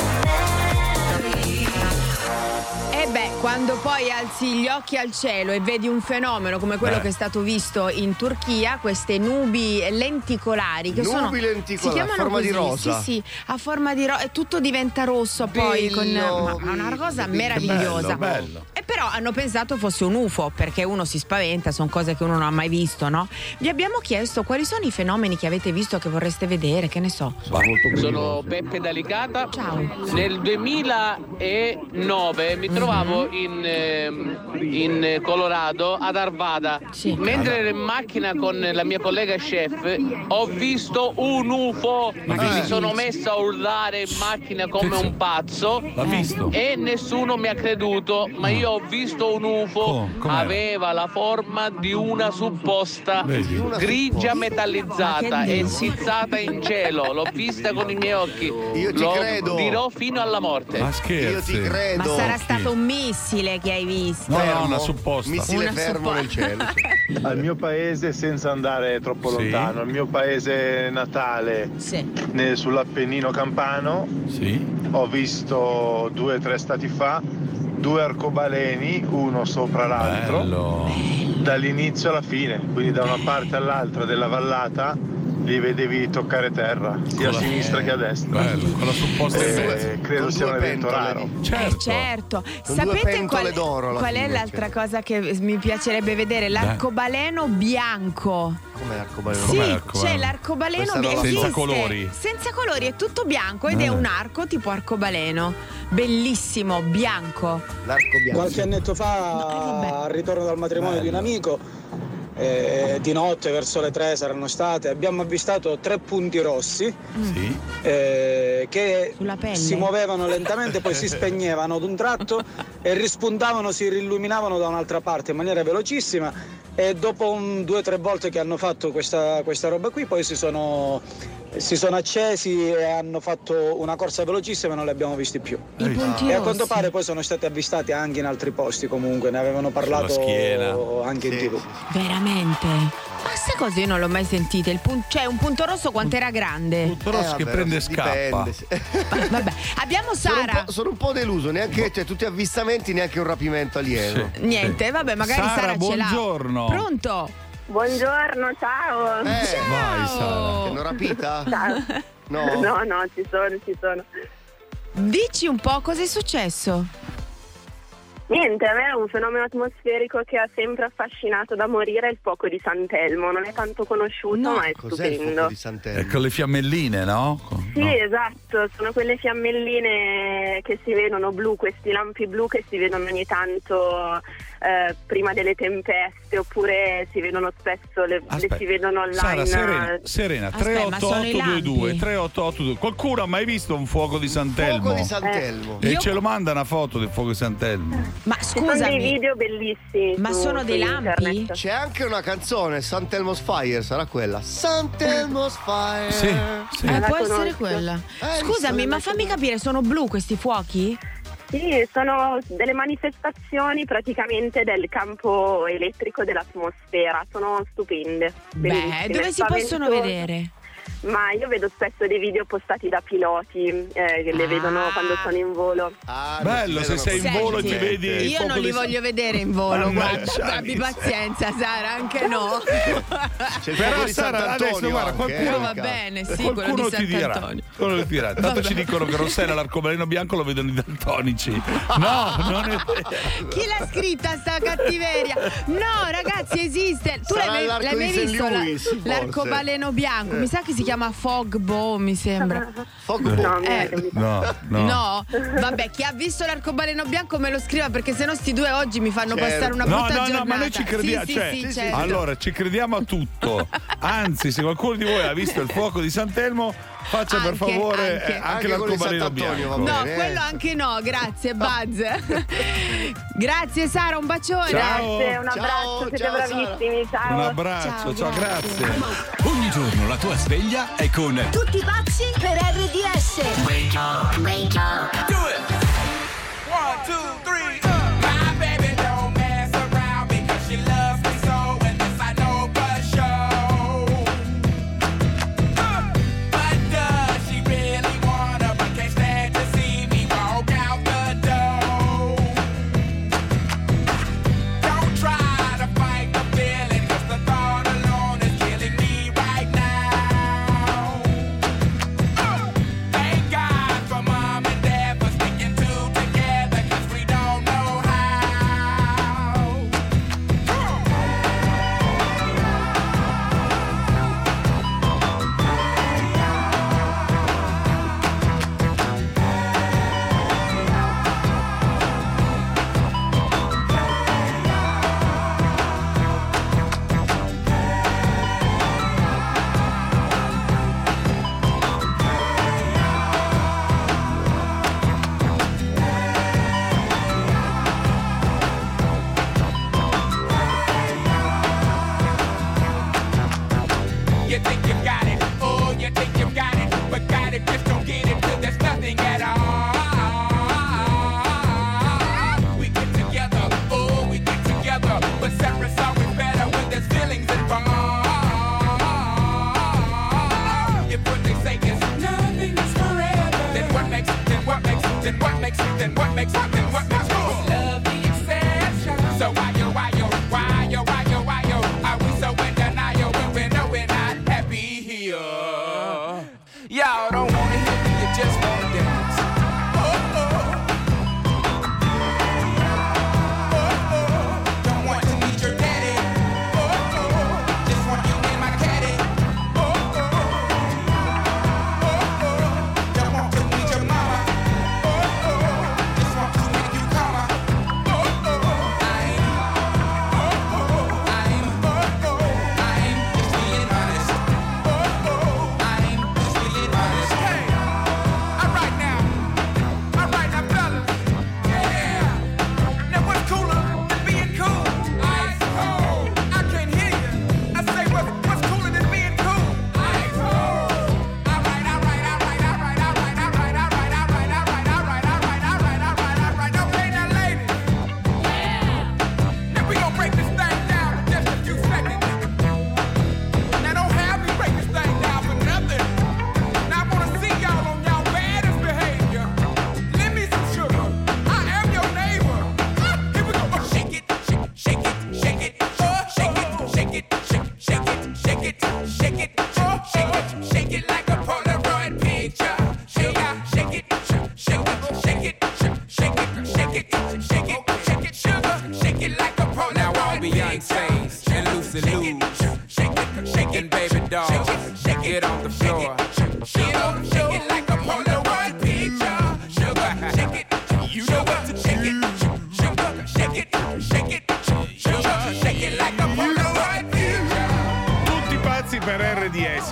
Mary. E beh, quando poi alzi gli occhi al cielo e vedi un fenomeno come quello Beh. che è stato visto in Turchia, queste nubi lenticolari che Nubi sono lenticolari, si chiamano a forma così, di rosa. Sì, sì, a forma di rosa e tutto diventa rosso poi con Bello, ma, ma una cosa bello, meravigliosa. bello, bello. E però hanno pensato fosse un U F O, perché uno si spaventa, sono cose che uno non ha mai visto, no? Vi abbiamo chiesto quali sono i fenomeni che avete visto che vorreste vedere, che ne so. Sono Peppe Dalicata. Ciao. Nel duemilanove mi trovavo in, ehm, in Colorado ad Arvada. Mentre ero in macchina con la mia collega chef ho visto un U F O. L'ha Mi visto? sono messo a urlare in macchina come un pazzo. L'ha visto? E nessuno mi ha creduto, ma io ho visto un U F O. Oh, com'era? Aveva la forma di una supposta Vedi? grigia metallizzata Ma che e dici? schizzata in cielo. L'ho vista con i miei occhi. Io ci Lo credo. dirò fino alla morte. Ma Io scherzi. ti credo. Ma sarà stato un missile che hai visto. No, no, Fermo. una supposta. Missile Una fermo supposta. nel cielo. Al mio paese, senza andare troppo Sì. lontano, al mio paese natale, Sì. ne- sull'Appennino campano, Sì. ho visto due o tre stati fa due arcobaleni, uno sopra l'altro, Bello. dall'inizio alla fine, quindi da una parte all'altra della vallata li vedevi toccare terra, sia a Con la- sinistra che a destra. Bello, con la supposta Eh, effetto. credo Con sia due un evento pentole. raro. Certo. Eh, certo. Con due Sapete pentole qual, d'oro alla qual è fine, l'altra cioè. cosa che mi piacerebbe vedere? L'arcobaleno bianco. Com'è l'arcobaleno? Sì, Com'è l'arcobaleno? c'è l'arcobaleno Questa non la bianco. so. Senza colori. Senza colori, è tutto bianco ed è Eh. un arco tipo arcobaleno. Bellissimo, bianco. L'arco bianco. Qualche annetto fa, al ritorno dal matrimonio di un amico, eh, di notte verso le tre saranno state, abbiamo avvistato tre punti rossi Sì. eh, che Sulla pelle. si muovevano lentamente, poi si spegnevano ad un tratto e rispuntavano, si riilluminavano da un'altra parte in maniera velocissima, e dopo un, due o tre volte che hanno fatto questa, questa roba qui poi si sono, si sono accesi e hanno fatto una corsa velocissima e non li abbiamo visti più. I punti E a rossi. quanto pare poi sono stati avvistati anche in altri posti, comunque ne avevano parlato schiena. anche in Sì, tv. sì, Veramente? Ma queste cose io non l'ho mai sentite. Il pun- cioè, un punto rosso quanto era grande? Però Eh, che vabbè, prende e scappa. dipende, sì. Vabbè, abbiamo Sono un, Sara. po', sono un po' deluso, neanche cioè, tutti avvistamenti, neanche un rapimento alieno. Niente, vabbè, magari Sara, Sara, ce l'ha. buongiorno. Pronto? Buongiorno, ciao. Eh, Ciao. vai Sara. Ti hanno rapita? Ciao. No. No, no, ci sono, ci sono. Dici un po' cosa è successo? Niente, a me è un fenomeno atmosferico che ha sempre affascinato da morire, il fuoco di Sant'Elmo. Non è tanto conosciuto, ma è Cos'è il stupendo. fuoco di Sant'Elmo? Ecco le fiammelline, no? Sì, No. esatto, sono quelle fiammelline che si vedono blu, questi lampi blu che si vedono ogni tanto eh, prima delle tempeste, oppure si vedono spesso, le, le si vedono online. Sara, Serena, Serena Aspetta, tre ma otto sono i otto due due lampi? tre otto otto due. Qualcuno ha mai visto un fuoco di Sant'Elmo? Fuoco di Sant'Elmo. E Io- ce lo manda una foto del fuoco di Sant'Elmo. Ma Ci sono dei scusami, video bellissimi. ma su- sono su dei lampi? internet. C'è anche una canzone, Sant'Elmo's Fire, sarà quella. Sant'Elmo's Fire. Sì, sì. Eh, la può essere conosco. quella. Eh, Scusami, visto? ma fammi capire, sono blu questi fuochi? Sì, sono delle manifestazioni praticamente del campo elettrico dell'atmosfera, sono stupende. Beh, bellissime, dove si possono spaventose. vedere? Ma io vedo spesso dei video postati da piloti eh, che le Ah. vedono quando sono in volo. Ah, Bello, se sei in Senti, volo ti vedi il io fuoco non li di voglio vedere in volo, Mannaggia, guarda, abbi Alice. pazienza Sara, anche no. C'è il Però fuoco di Sara, Sant'Antonio adesso guarda, anche, qualcuno- eh, Va cazzo. bene, sì, quello Qualcuno di ti dirà, Sant'Antonio. quello ti dirà. Tanto ci dicono che Rossella l'arcobaleno bianco lo vedono i daltonici. No, non è vero. Chi l'ha scritta sta cattiveria? No, ragazzi, esiste. Tu Sarà l'hai, l'arco l'hai mai di Saint visto la- Louis, forse. l'arcobaleno bianco? Mi sa che si chiama Fogbow, mi sembra. Fogbow. No, mi Eh, è No, no. No, vabbè, chi ha visto l'arcobaleno bianco me lo scriva, perché sennò sti due oggi mi fanno Certo. passare una No, brutta no, giornata. no, ma noi ci crediamo. Sì, cioè, sì, sì, certo. allora, ci crediamo a tutto. Anzi, se qualcuno di voi ha visto il fuoco di Sant'Elmo, faccia per Anche, favore anche. eh, anche, Anche con il l'arcobaleno Sant'Antonio, bianco. va No, bene, eh. quello anche no, grazie Buzz. Grazie Sara, un bacione. Ciao. Grazie, un Ciao, abbraccio, siete ciao, Sara. bravissimi, ciao. Un abbraccio, Ciao, ciao, grazie. grazie. Ogni giorno la tua sveglia è con Tutti pazzi per R D S. Wake up, wake up. Do it. One, two, three. My baby don't mess around because she loves me so, and this I know for sure. But does she really wanna? But can't stand to see me walk out the door. Don't try to fight the feeling, 'cause the thought alone is killing me right now. Thank God for mom and dad for sticking two together, 'cause we don't know how. You think you got it, oh, you think you got it, but got it, just don't get it till there's nothing at all. We get together, oh, we get together, but separate's always better when there's feelings involved. If what they say is nothing is forever, then what makes, then what makes, then what makes, then what makes, then what makes love the exception? So why yo, why yo, why yo, why yo, why yo, are we so in denial when we know we're not happy here? Y'all don't wanna hear me, you just wanna dance. Oh, oh. Oh, oh. Don't want to meet your daddy. Oh, oh. Just want you in my caddy. Oh, oh. Oh, oh. Don't want to meet your mama. Oh, oh. Just want to make you come. Oh, oh. I ain't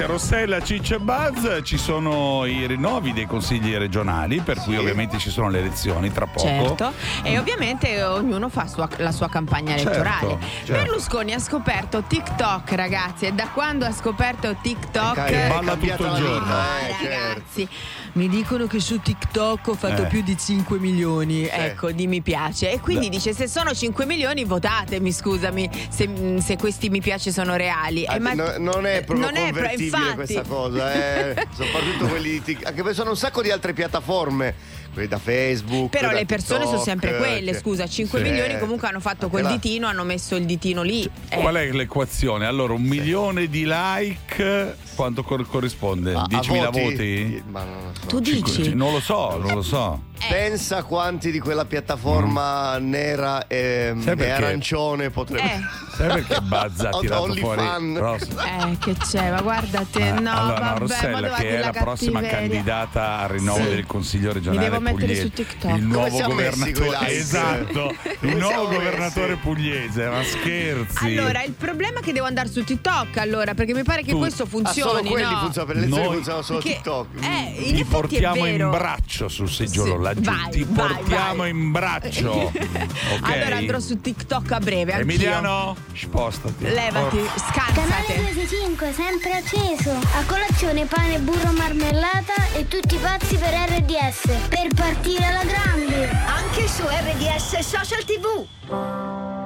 grazie a Rossella, Ciccio e Buzz. Ci sono i rinnovi dei consigli regionali, per cui ovviamente ci sono le elezioni tra poco. Certo, e ovviamente ognuno fa sua, la sua campagna elettorale. Certo, certo. Berlusconi ha scoperto TikTok, ragazzi, e da quando ha scoperto TikTok Che balla tutto il giorno. Eh, ragazzi, mi dicono che su TikTok ho fatto Eh. più di cinque milioni. Ecco, di mi piace. E quindi Beh. dice: se sono cinque milioni, votatemi, scusami, se, se questi mi piace sono reali. Ah, Eh, ma- no- non è proprio non è pro- convertibile infatti. questa cosa, eh. Soprattutto quelli di Tik- anche perché sono un sacco di altre piattaforme, quelli da Facebook. Però da le persone TikTok, sono sempre quelle, che- scusa, cinque Sì. milioni comunque hanno fatto quel là. ditino, hanno messo il ditino lì. Eh. Qual è l'equazione? Allora, un milione di like, quanto cor- corrisponde? A- a diecimila voti? voti? Ma non lo so. Tu dici? Non lo so, non lo so. Pensa quanti di quella piattaforma nera e, Sai e perché? arancione potrebbe. Eh. Sai perché Buzz ha tirato Only fuori fan. Ross? Eh, che c'è, ma guarda te, Eh, no, allora, vabbè, ma Rossella, dove che è la la prossima cattiveria? candidata al rinnovo Sì. del Consiglio regionale Mi devo mettere pugliese. su TikTok. Il Come nuovo siamo messi coi governatore, like? esatto, Come il nuovo siamo governatore messi? pugliese, ma scherzi. Allora, il problema è che devo andare su TikTok, allora, perché mi pare che Tu- questo Ah, funzioni, solo quelli no? funzionano, per le elezioni Noi- funzionano solo Perché- TikTok. Eh, in Ti effetti portiamo è in vero. braccio sul seggiolo Sì, laggiù. vai, Ti vai, portiamo vai. in braccio. Ok. Allora andrò su TikTok a breve, anch'io. Emiliano, spostati. Levati, Oh. scansate. Canale venticinque, sempre acceso. A colazione pane, burro, marmellata e tutti pazzi per R D S. Per partire alla grande. Anche su R D S Social ti vu.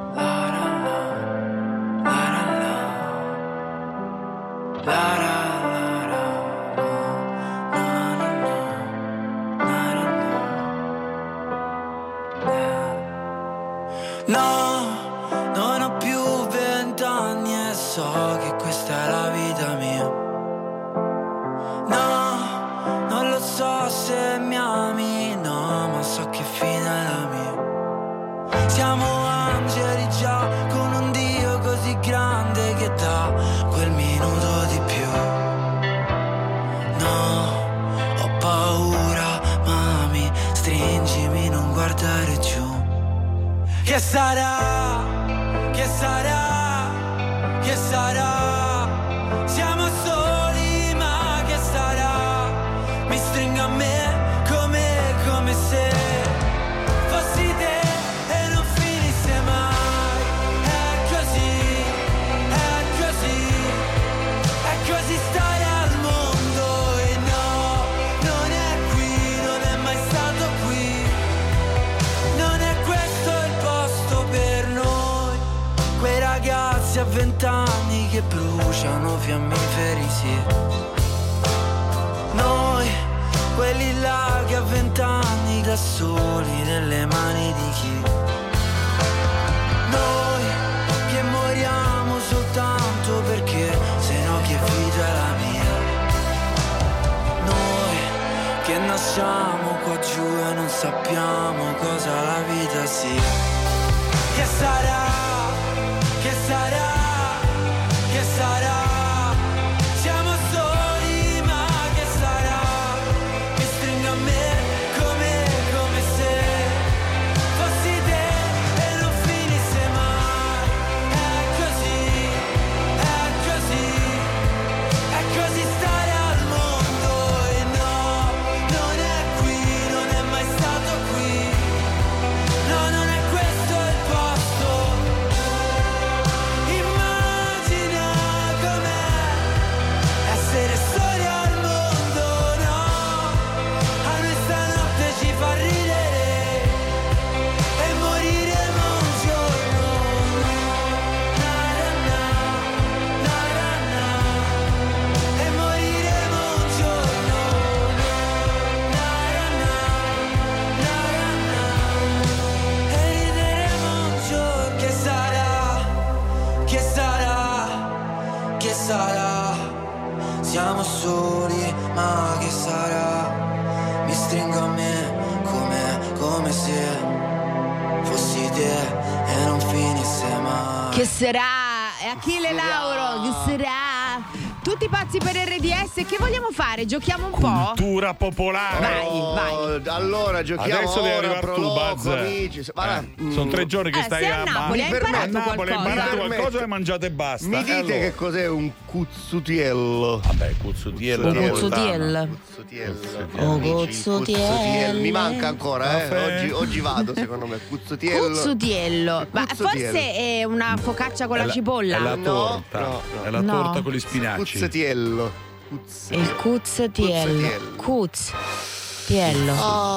No, non ho più vent'anni e so che questa è la vita mia. No, non lo so se mi ami, no, ma so che fine è la mia. Siamo angeli già, con un Dio così grande che dà quel minuto di più. No, ho paura, mami, stringimi, non guardare giù. Che sarà, che sarà, che sarà? Siamo soli, ma che sarà? Mi stringo a me come, come se fossi te e non finisse mai. È così, è così, è così stare al mondo. E no, non è qui, non è mai stato qui. Non è questo il posto per noi. Quei ragazzi a vent'anni che bruciano fiammiferi, sì. Noi, quelli là che a vent'anni da soli nelle mani di chi. Noi che moriamo soltanto perché se no che vita è la mia. Noi che nasciamo qua giù e non sappiamo cosa la vita sia. Che sarà, che sarà, che sarà? Siamo soli, ma che sarà? Mi stringo a me come, come se fossi te e non finisse mai. È così, è così, è così stare al mondo. E no, non è qui, non è mai stato qui. No, non è questo il posto. Immagina com'è essere soli al mondo, no? A noi stanotte ci fa ridere e moriremo un giorno, no? Na, na, na, na, na. E moriremo un giorno, no? Na, na, na, na, na. E rideremo un giorno. Che sarà, che sarà, che sarà? Siamo soli, ma che sarà? Mi stringo a me come, come se fossi te e non finisse mai. Che sarà? E Achille Lauro, che sarà? tutti pazzi per R D S. Che vogliamo fare? Giochiamo un po'? Cultura popolare. Vai, vai. Allora giochiamo. Adesso devi ora, arrivare tu, Proloco, Buzz. amici. Ma- Eh, sono tre giorni che Eh, stai sei a Napoli, hai a imparato a Napoli, hai qualcosa? imparato Mi qualcosa e hai mangiato e basta. Mi Eh, dite allora. che cos'è un cuzzutiello? Vabbè, cuzzutiello. Un napoletano. cuzzutiello. Cuzzutiello. Oh, Amici, cuzzutiello. Mi manca ancora, eh. Caffè. Oggi, oggi vado, secondo me. Cuzzutiello. Cuzzutiello. Ma Cuzzutiello. forse è una focaccia con È la la- cipolla? È la No, torta. no, no. È la No. torta con gli spinaci. Cuzzatiello. Il cuzzatiello. Cuzzatiello.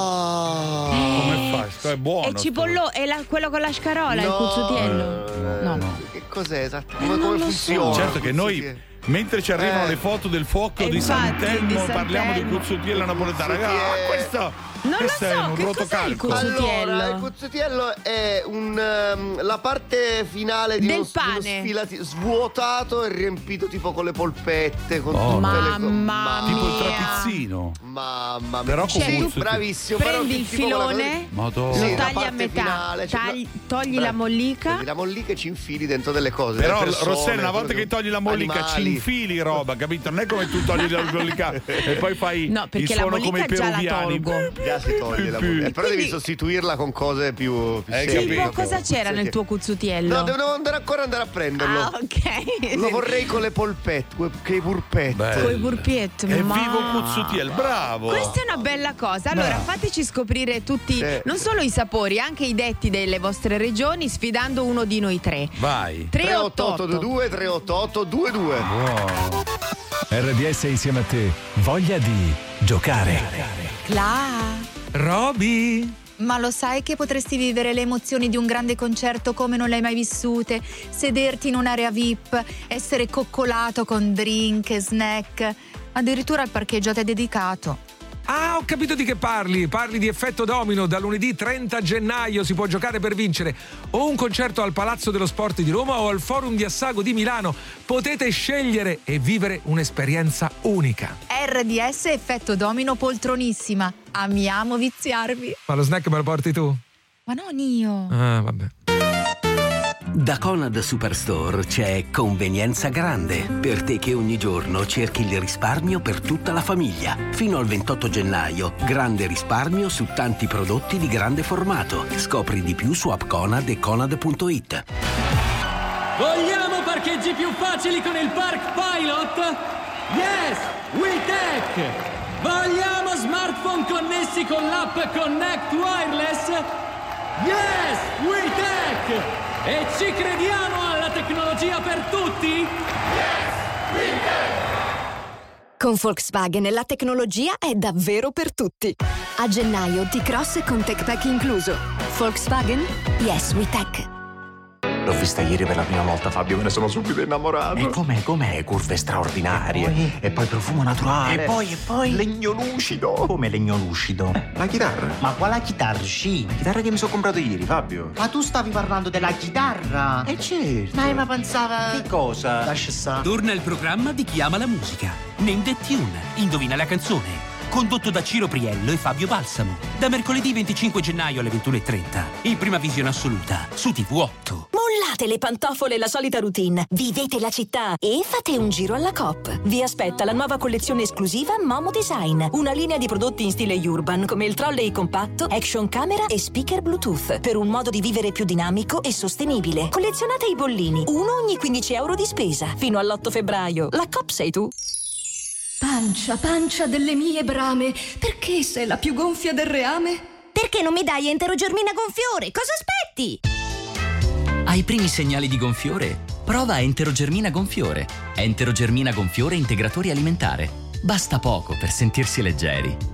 Oh. Come fai? Sto è buono. E cipollo è la- quello con la scarola, il cuzzatiello. No, No. Che cos'è esatto? Eh, Come, non come lo funziona? Certo che noi, mentre ci arrivano Eh. le foto del fuoco Eh, di infatti, Santelmo, di parliamo di Santelmo. cuzzutiello napoletano. Cuzzutiello. Raga, ah, questo, Non lo questo è so, un che cos'è il rotocalco. cuzzutiello? Allora, il cuzzatiello è un, ehm, la parte finale di Del uno, di uno pane. sfilati- svuotato e riempito tipo con le polpette, con Oh, tutte le co- Mamma Tipo il mia. trapizzino. Mamma mia. Però con Sì, cuzzati- bravissimo. però Prendi il tipo quella cosa- filone, Madonna. Sì, lo la tagli a parte metà, finale, cioè, tagli- no. togli Bra- la mollica. Prendi la mollica e ci infili dentro delle cose. Però delle persone, Rossella, una volta proprio che togli la mollica animali. ci infili roba, capito? Non è come tu togli la mollica e poi fai No, perché il la suono come i mollica già la peruviani. tolgo. Già si toglie la mollica. Però devi Quindi- sostituirla con cose più, più Hai semplici. capito? Tipo, cosa c'era nel tuo cuzzutiello? No, devo andare ancora andare a prenderlo. Ah, ok. Lo vorrei con le polpette, que- che i purpette. Bello. Con i purpietti. È ma- vivo cuzzutiello, bravo. Questa è una bella cosa. Allora, Bravo. fateci scoprire tutti, Sì. non solo i sapori, anche i detti delle vostre regioni, sfidando uno di noi tre. Vai. tre otto otto tre otto otto due tre otto otto due due. Buono. R D S insieme a te. Voglia di giocare. Cla. Roby. Ma lo sai che potresti vivere le emozioni di un grande concerto come non le hai mai vissute? Sederti in un'area V I P, essere coccolato con drink e snack. Addirittura il parcheggio a te dedicato. Ah, ho capito di che parli. Parli di Effetto Domino. Da lunedì trenta gennaio si può giocare per vincere o un concerto al Palazzo dello Sport di Roma o al Forum di Assago di Milano. Potete scegliere e vivere un'esperienza unica. R D S Effetto Domino poltronissima. Amiamo viziarvi. Ma lo snack me lo porti tu? Ma non io. Ah, vabbè. Da Conad Superstore c'è convenienza grande per te che ogni giorno cerchi il risparmio per tutta la famiglia. Fino al ventotto gennaio, grande risparmio su tanti prodotti di grande formato. Scopri di più su app Conad e conad punto it. Vogliamo parcheggi più facili con il Park Pilot? Yes! WeTech! Vogliamo smartphone connessi con l'app Connect Wireless? Yes! WeTech! E ci crediamo alla tecnologia per tutti? Yes! WeTech! Con Volkswagen la tecnologia è davvero per tutti. A gennaio T-Cross con TechPack incluso. Volkswagen? Yes, WeTech. L'ho vista ieri per la prima volta, Fabio, me ne sono subito innamorato. E com'è, com'è? Curve straordinarie. E poi, e poi profumo naturale. E poi, e poi? Legno lucido. Come legno lucido? Eh, la chitarra. Ma quale chitarra? Sì. La chitarra che mi sono comprato ieri, Fabio. Ma tu stavi parlando della chitarra? Eh certo. Ma, ma pensava... Che cosa? Lascia stare. Torna il programma di Chi ama la musica. Name the Tune. Indovina la canzone. Condotto da Ciro Priello e Fabio Balsamo. Da mercoledì venticinque gennaio alle ventuno e trenta. In prima visione assoluta su T V otto. Mollate le pantofole e la solita routine. Vivete la città e fate un giro alla Coop. Vi aspetta la nuova collezione esclusiva Momo Design. Una linea di prodotti in stile urban come il trolley compatto, action camera e speaker Bluetooth. Per un modo di vivere più dinamico e sostenibile. Collezionate i bollini. Uno ogni quindici euro di spesa. Fino all'otto febbraio. La Coop sei tu. Pancia, pancia delle mie brame, perché sei la più gonfia del reame? Perché non mi dai Enterogermina Gonfiore? Cosa aspetti? Ai primi segnali di gonfiore? Prova Enterogermina Gonfiore. Enterogermina Gonfiore integratore alimentare. Basta poco per sentirsi leggeri.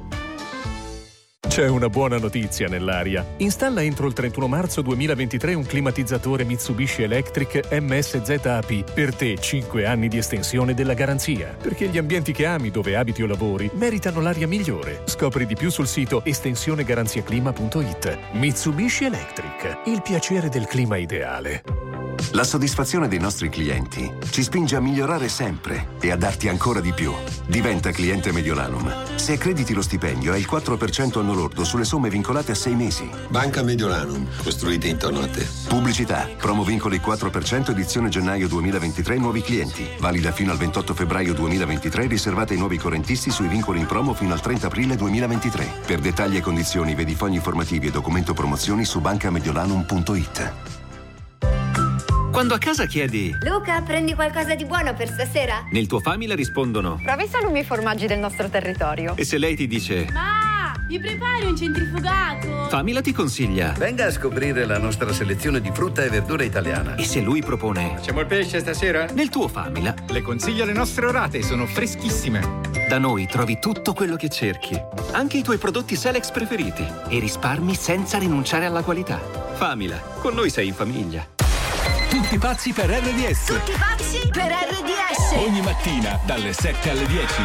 C'è una buona notizia nell'aria. Installa entro il trentuno marzo duemilaventitré un climatizzatore Mitsubishi Electric M S Z A P. Per te cinque anni di estensione della garanzia. Perché gli ambienti che ami dove abiti o lavori meritano l'aria migliore. Scopri di più sul sito estensione garanzia clima punto it. Mitsubishi Electric. Il piacere del clima ideale. La soddisfazione dei nostri clienti ci spinge a migliorare sempre e a darti ancora di più. Diventa cliente Mediolanum. Se accrediti lo stipendio hai il quattro per cento anno lordo sulle somme vincolate a sei mesi. Banca Mediolanum, costruita intorno a te. Pubblicità. Promo vincoli quattro per cento edizione gennaio duemilaventitré nuovi clienti. Valida fino al ventotto febbraio duemilaventitré, riservata ai nuovi correntisti sui vincoli in promo fino al trenta aprile duemilaventitré. Per dettagli e condizioni vedi fogli informativi e documento promozioni su bancamediolanum punto it. Quando a casa chiedi Luca, prendi qualcosa di buono per stasera? nel tuo Famila rispondono Provi i salumi e formaggi del nostro territorio. e se lei ti dice Ma, mi prepari un centrifugato? Famila ti consiglia venga a scoprire la nostra selezione di frutta e verdura italiana. e se lui propone Facciamo il pesce stasera? nel tuo Famila Le consiglio le nostre orate, sono freschissime. da noi trovi tutto quello che cerchi, anche i tuoi prodotti Selex preferiti e risparmi senza rinunciare alla qualità. Famila, con noi sei in famiglia. Tutti pazzi per R D S. Tutti pazzi per R D S. Ogni mattina dalle sette alle dieci.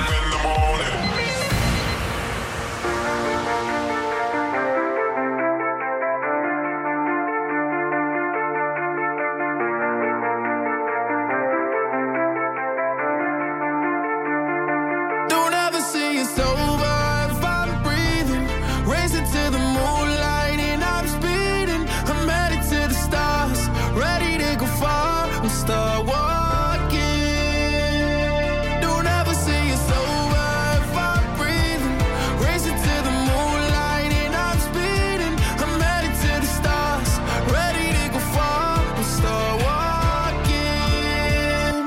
Don't ever say it's over if I'm breathing. Racing to the moonlight and I'm speeding. I'm headed to the stars, ready to go far and start walking. Don't ever say it's over if I'm breathing. Racing to the moonlight and I'm speeding. I'm headed to the stars, ready to go far and start walking.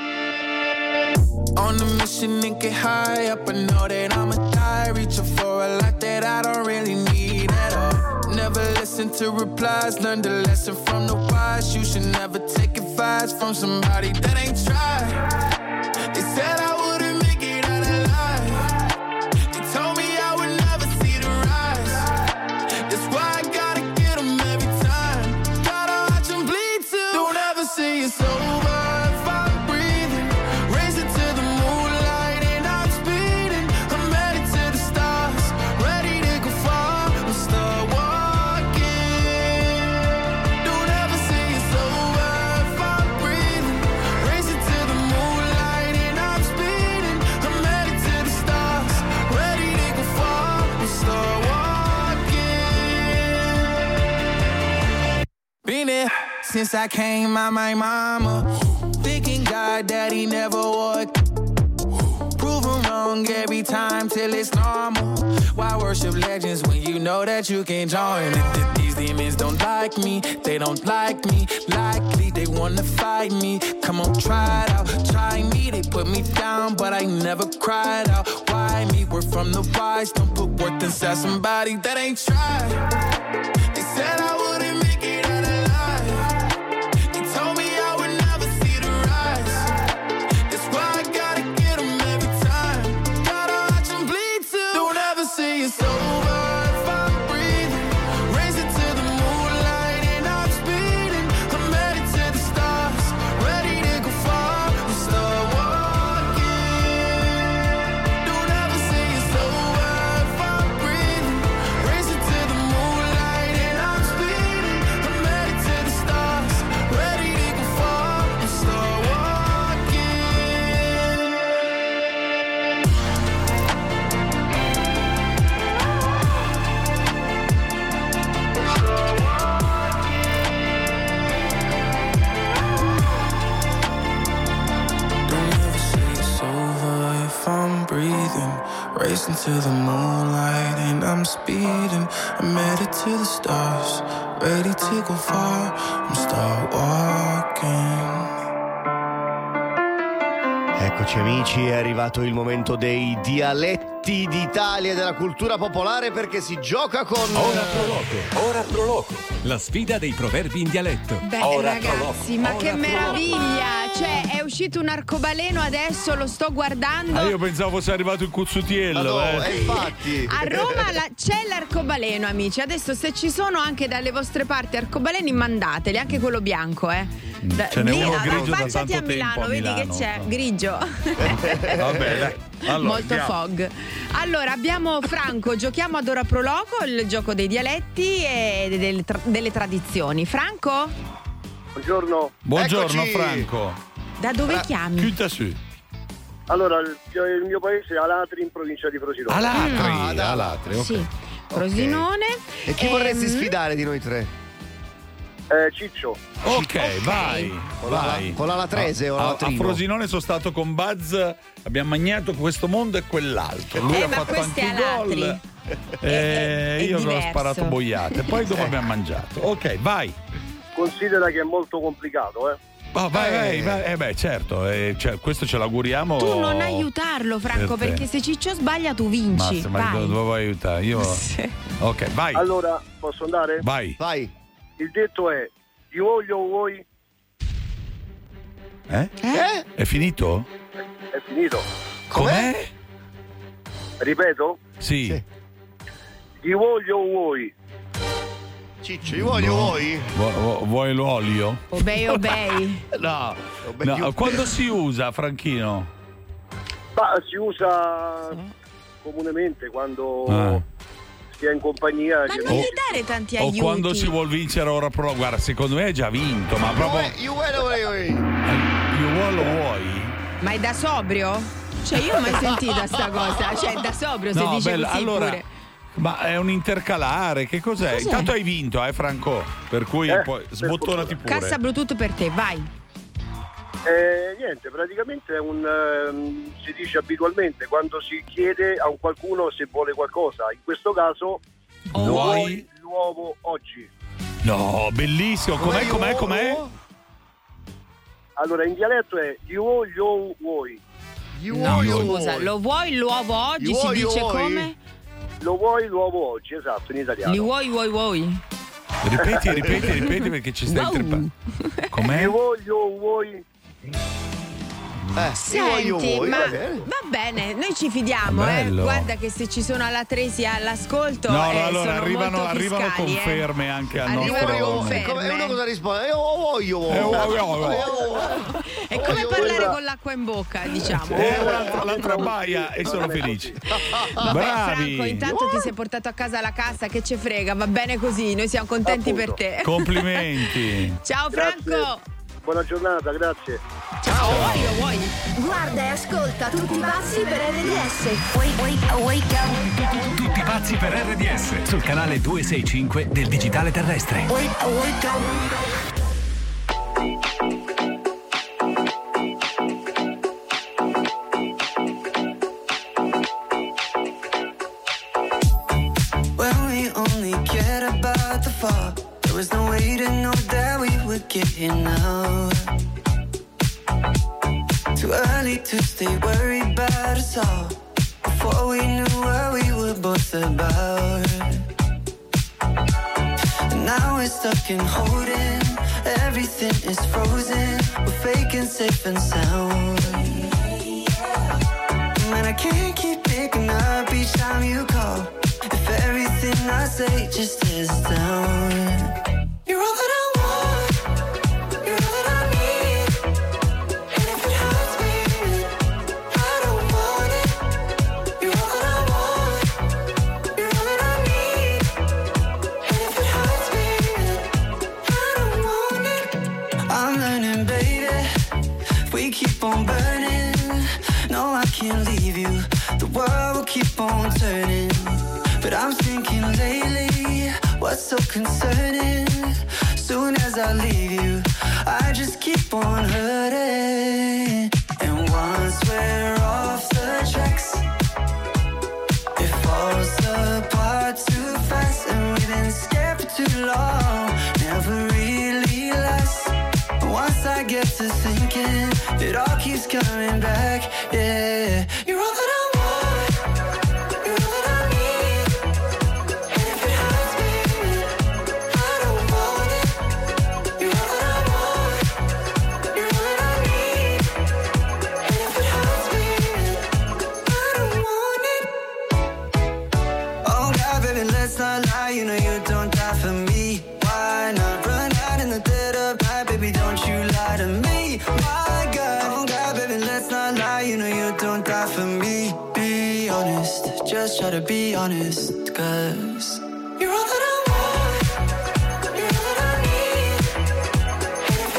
On a mission and get high up, I know that I'ma die. Reaching for a lot that I don't really need at all. Never listen to replies, learn the lesson from the wise. You should never take advice from somebody that ain't tried. They said I wouldn't make it out alive. They told me I would never see the rise. That's why I gotta get them every time. Gotta watch them bleed too. Don't ever say it's over if I'm breathing. Racing to the moonlight and I'm speeding. I'm headed to the stars, ready to go far and start walking. Don't ever say it's over if I'm breathing. Racing to the moonlight and I'm speeding. I'm headed to the stars, ready to go far and start walking. Been there since I came out my mama. Thinking God that he never would. Proven wrong every time till it's normal. Why worship legends when you know that you can't join? These demons don't like me, they don't like me. Likely they wanna fight me. Come on, try it out, try me. They put me down, but I never cried out. Why me? We're from the wise. Don't put worth inside somebody that ain't tried. They said I wouldn't make it out alive. They told me I would never see the rise. That's why I gotta get them every time. Gotta watch them bleed too. Don't ever say it's over if I'm breathing. Racing to the moonlight and I'm speeding. I'm headed to the stars, ready to go far and start walking. Don't ever say it's over if I'm breathing. Racing to the moonlight and I'm speeding. I'm headed to the stars, ready to go far and start walking. Don't ever say it's over if I'm breathing. Racing to the moonlight and I'm speeding. I'm headed to the stars, ready to go far and start walking. Eccoci amici, è arrivato il momento dei dialetti d'Italia e della cultura popolare, perché si gioca con Ora Proloco, Ora Proloco, la sfida dei proverbi in dialetto. Beh, Ora ragazzi, Proloco, ma Ora che Proloco. meraviglia! Cioè, è uscito un arcobaleno adesso, lo sto guardando. Ah, io pensavo fosse arrivato il cuzzutiello. Ma no, eh. eh, infatti. A Roma la- c'è l'arcobaleno, amici. Adesso, se ci sono anche dalle vostre parti arcobaleni, mandateli, anche quello bianco, eh. Da- Ce n'è lì- uno ah, grigio da affacciati tanto a Milano, tempo a vedi Milano. che c'è, grigio. Vabbè, dai. Allora, Molto andiamo. fog. Allora, abbiamo Franco, giochiamo ad Ora Proloco, il gioco dei dialetti e delle, tra- delle tradizioni. Franco? Buongiorno. Buongiorno Eccoci. Franco. Da dove chiami? Chiuta su. Allora, il, il mio paese è Alatri, in provincia di Frosinone. Alatri, Ah, da- Alatri, ok. Sì. Frosinone. E chi Ehm, vorresti sfidare di noi tre? Eh, Ciccio. Ok, vai, Con la- vai. con la latrese o la a, a latrino? Frosinone sono stato con Buzz, abbiamo mangiato questo mondo e quell'altro. Lui Eh, ha ma fatto questo anche è i gol. Alatri. Eh, È- è io avevo diverso. sparato boiate. Poi dopo abbiamo mangiato. Ok, vai. Considera che è molto complicato, eh. Oh, vai, vai, vai. Eh beh, certo, eh, cioè, questo ce l'auguriamo. Tu non aiutarlo, Franco, Per te. perché se Ciccio sbaglia tu vinci. Mazza, ma Vai. dove vuoi aiutare? Io. Sì. Ok, vai. Allora, posso andare? Vai. Vai. Il detto è: ti voglio o vuoi? Eh? Eh? È finito? È finito. Com'è? Ripeto? Sì. Ti voglio o vuoi? Ciccio, io voglio No. voi? Vu- vu- vuoi l'olio? Obei, obei. No. No, quando si usa, Franchino? Ma si usa comunemente quando Ah. si è in compagnia. Ma che- non gli dare tanti O aiuti. quando si vuol vincere ora pro. Guarda, secondo me è già vinto, ma proprio. Io voglio voi. Io vuoi, lo vuoi? Ma è da sobrio? Cioè, io non ho mai sentita sta cosa. Cioè, è da sobrio se No, dice bella, così allora. pure. Ma è un intercalare, che cos'è? Cos'è? Intanto hai vinto, eh, Franco. Per cui Eh, poi per sbottonati pure. Cassa Bluetooth per te, vai. Eh, niente, praticamente è un ehm, si dice abitualmente quando si chiede a un qualcuno se vuole qualcosa. In questo caso Oh. lo Vuoi? vuoi l'uovo oggi. No, bellissimo. Com'è, com'è, com'è? Allora in dialetto è io voglio vuoi. No, scusa, lo vuoi l'uovo oggi? Li Si vuoi, dice vuoi? come? Lo vuoi l'uovo oggi, esatto, in italiano. Li vuoi, vuoi, vuoi? Ripeti, ripeti, ripeti perché ci stai Wow. interpellando. Com'è? Io voglio vuoi. Eh, Senti, io voglio voi. ma Va bene. va bene, noi ci fidiamo, eh. Bello. Guarda che se ci sono alla Tresi all'ascolto, No, eh, allora sono arrivano, molto arrivano fiscali, eh. conferme anche al Arrivano nostro. conferme. E uno cosa risponde? Io voglio Eh, voi. voglio, voglio. È come Voglio- parlare voglio- con l'acqua in bocca, diciamo. Eh, l'altra, l'altra baia e sono felici. Vabbè, Bravi. Franco, intanto ti sei portato a casa la cassa, che ce frega, va bene così, noi siamo contenti Appunto. per te. Complimenti. Ciao Grazie. Franco. Buona giornata, grazie. Ciao, vuoi o vuoi? Guarda e ascolta tutti pazzi per R D S. Wake, wake, wake up. Tutti pazzi per R D S sul canale duecentosessantacinque del digitale terrestre. Wake, wake up. When we only cared about the fall, there was no way to know that we would get here now. Too early to stay worried about us all, before we knew what we were both about. And now we're stuck in holding, everything is frozen, we're faking safe and sound. Man, I can't keep picking up each time you call, if everything I say just is down. You're all that I want, you're all that I need, and if it hurts me, I don't want it. You're all that I want, you're all that I need, and if it hurts me, I don't want it. I'm learning, baby, if we keep on burning, no, I can't leave you, the world will keep on turning. But I'm thinking lately, what's so concerning? Soon as I leave you, I just keep on hurting. And once we're off the tracks, it falls apart too fast. And we've been scared for too long, never really lasts. And once I get to thinking, it all keeps coming back, yeah. You're all that I want, you're all that I need, and if it hurts me, I don't want it. You're all that I want, you're all that I need, and if it hurts me, I don't want it. Oh God, baby, let's not lie, you know you don't die for me. Why not run out in the dead of night, baby, don't you lie to me. My God, oh God, baby, let's not lie, you know you don't die for me. Be honest, just try to be honest, cause you're all that I want, you're all that I need, and if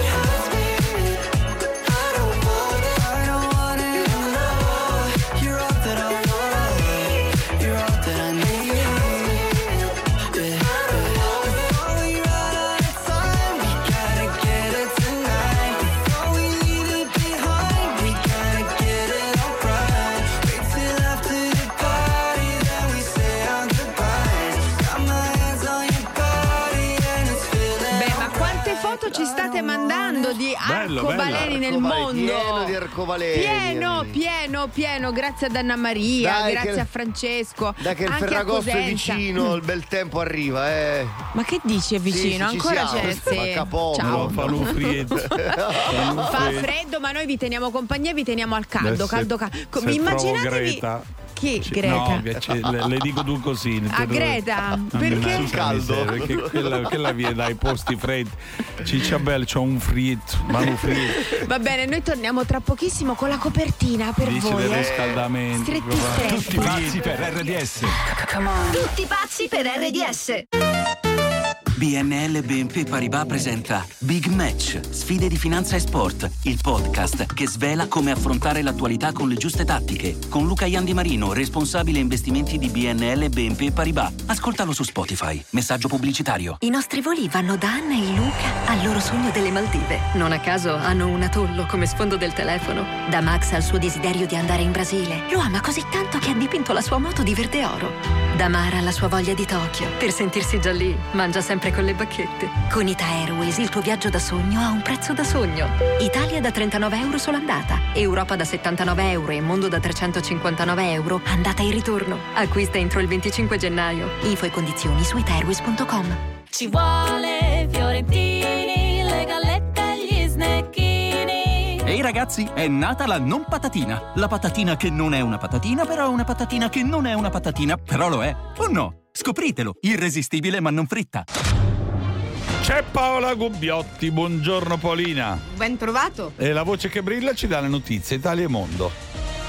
foto ci state mandando di Bello, arcobaleni bello. nel mondo. Pieno di arcobaleni. Pieno, pieno, pieno. Grazie ad Anna Maria, Dai, grazie che- a Francesco. Da che il anche a Ferragosto è Cosenza. vicino, il bel tempo arriva, eh. Ma che dici è vicino? Sì, sì, ci Ancora siamo. c'è. Sì. Ma capo, Ciao. Fa l'ufrietto. Fa freddo, ma noi vi teniamo compagnia e vi teniamo al caldo, Beh, se- caldo, caldo. se trovo Immaginatevi. Greta. Chi? Ci- Greta? No, che c'è- le, le dico tu così. A Greta? Perché? Sul caldo. Perché quella, quella viene dai posti freddi. Cicciabel, c'ho un frietto, ma un frietto. Va bene, noi torniamo tra pochissimo con la copertina per Dice voi. del eh. riscaldamento. Stretti stretti. Tutti pazzi per R D S. Tutti pazzi per R D S. B N L B N P Paribas presenta Big Match, sfide di finanza e sport, il podcast che svela come affrontare l'attualità con le giuste tattiche. Con Luca Iandi Marino, responsabile investimenti di B N L B N P Paribas. Ascoltalo su Spotify. Messaggio pubblicitario. I nostri voli vanno da Anna e Luca al loro sogno delle Maldive. Non a caso hanno un atollo come sfondo del telefono. Da Max al suo desiderio di andare in Brasile. Lo ama così tanto che ha dipinto la sua moto di verde oro. Da Mara alla sua voglia di Tokyo. Per sentirsi già lì, mangia sempre con le bacchette. Con Ita Airways il tuo viaggio da sogno ha un prezzo da sogno. Italia da trentanove euro sola andata. Europa da settantanove euro e Mondo da trecentocinquantanove euro andata e ritorno. Acquista entro il venticinque gennaio. Info e condizioni su ita airways punto com. Ci vuole Fiorentini, le gallette e gli snecchini. Ehi ragazzi, è nata la non patatina. La patatina che non è una patatina, però è una patatina che non è una patatina, però lo è. O no? Scopritelo, irresistibile ma non fritta. C'è Paola Gubbiotti, buongiorno Paolina. Ben trovato. E la voce che brilla ci dà le notizie Italia e Mondo.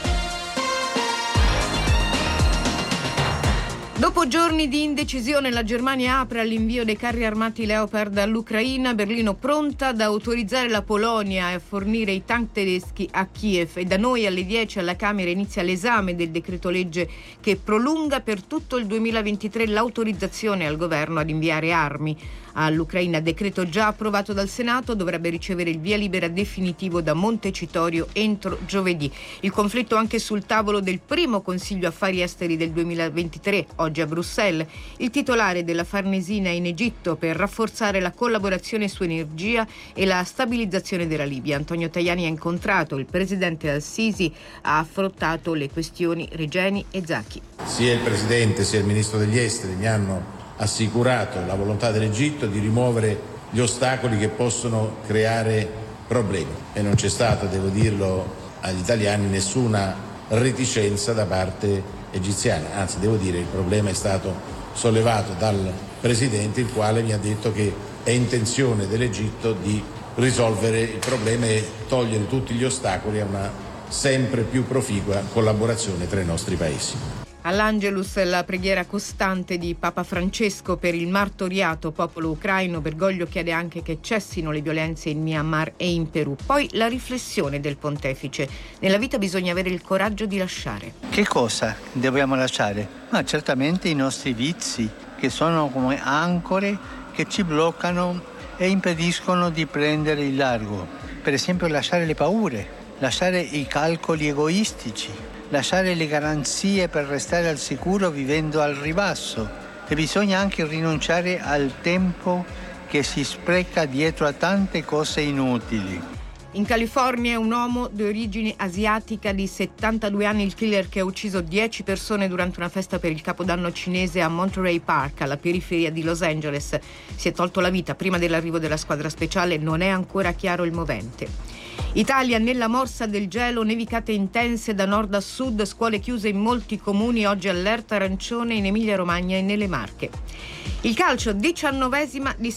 Dopo giorni di indecisione, la Germania apre all'invio dei carri armati Leopard all'Ucraina. Berlino pronta ad autorizzare la Polonia a fornire i tank tedeschi a Kiev. E da noi alle dieci alla Camera inizia l'esame del decreto legge che prolunga per tutto il duemilaventitré l'autorizzazione al governo ad inviare armi all'Ucraina. Decreto già approvato dal Senato, dovrebbe ricevere il via libera definitivo da Montecitorio entro giovedì. Il conflitto anche sul tavolo del primo Consiglio Affari Esteri del duemilaventitré, oggi a Bruxelles. Il titolare della Farnesina in Egitto per rafforzare la collaborazione su energia e la stabilizzazione della Libia. Antonio Tajani ha incontrato il presidente al-Sisi, ha affrontato le questioni Regeni e Zaki. Sia il presidente sia il ministro degli esteri mi hanno assicurato la volontà dell'Egitto di rimuovere gli ostacoli che possono creare problemi e non c'è stata, devo dirlo agli italiani, nessuna reticenza da parte egiziana, anzi devo dire il problema è stato sollevato dal presidente, il quale mi ha detto che è intenzione dell'Egitto di risolvere il problema e togliere tutti gli ostacoli a una sempre più proficua collaborazione tra i nostri paesi. All'Angelus la preghiera costante di Papa Francesco per il martoriato popolo ucraino. Bergoglio chiede anche che cessino le violenze in Myanmar e in Perù. Poi la riflessione del pontefice. Nella vita bisogna avere il coraggio di lasciare. Che cosa dobbiamo lasciare? Ma certamente i nostri vizi, che sono come ancore che ci bloccano e impediscono di prendere il largo. Per esempio lasciare le paure, lasciare i calcoli egoistici, lasciare le garanzie per restare al sicuro vivendo al ribasso. E bisogna anche rinunciare al tempo che si spreca dietro a tante cose inutili. In California un uomo di origine asiatica di settantadue anni, il killer che ha ucciso dieci persone durante una festa per il Capodanno cinese a Monterey Park, alla periferia di Los Angeles. Si è tolto la vita prima dell'arrivo della squadra speciale, non è ancora chiaro il movente. Italia nella morsa del gelo, nevicate intense da nord a sud, scuole chiuse in molti comuni, oggi allerta arancione in Emilia Romagna e nelle Marche. Il calcio, diciannovesima di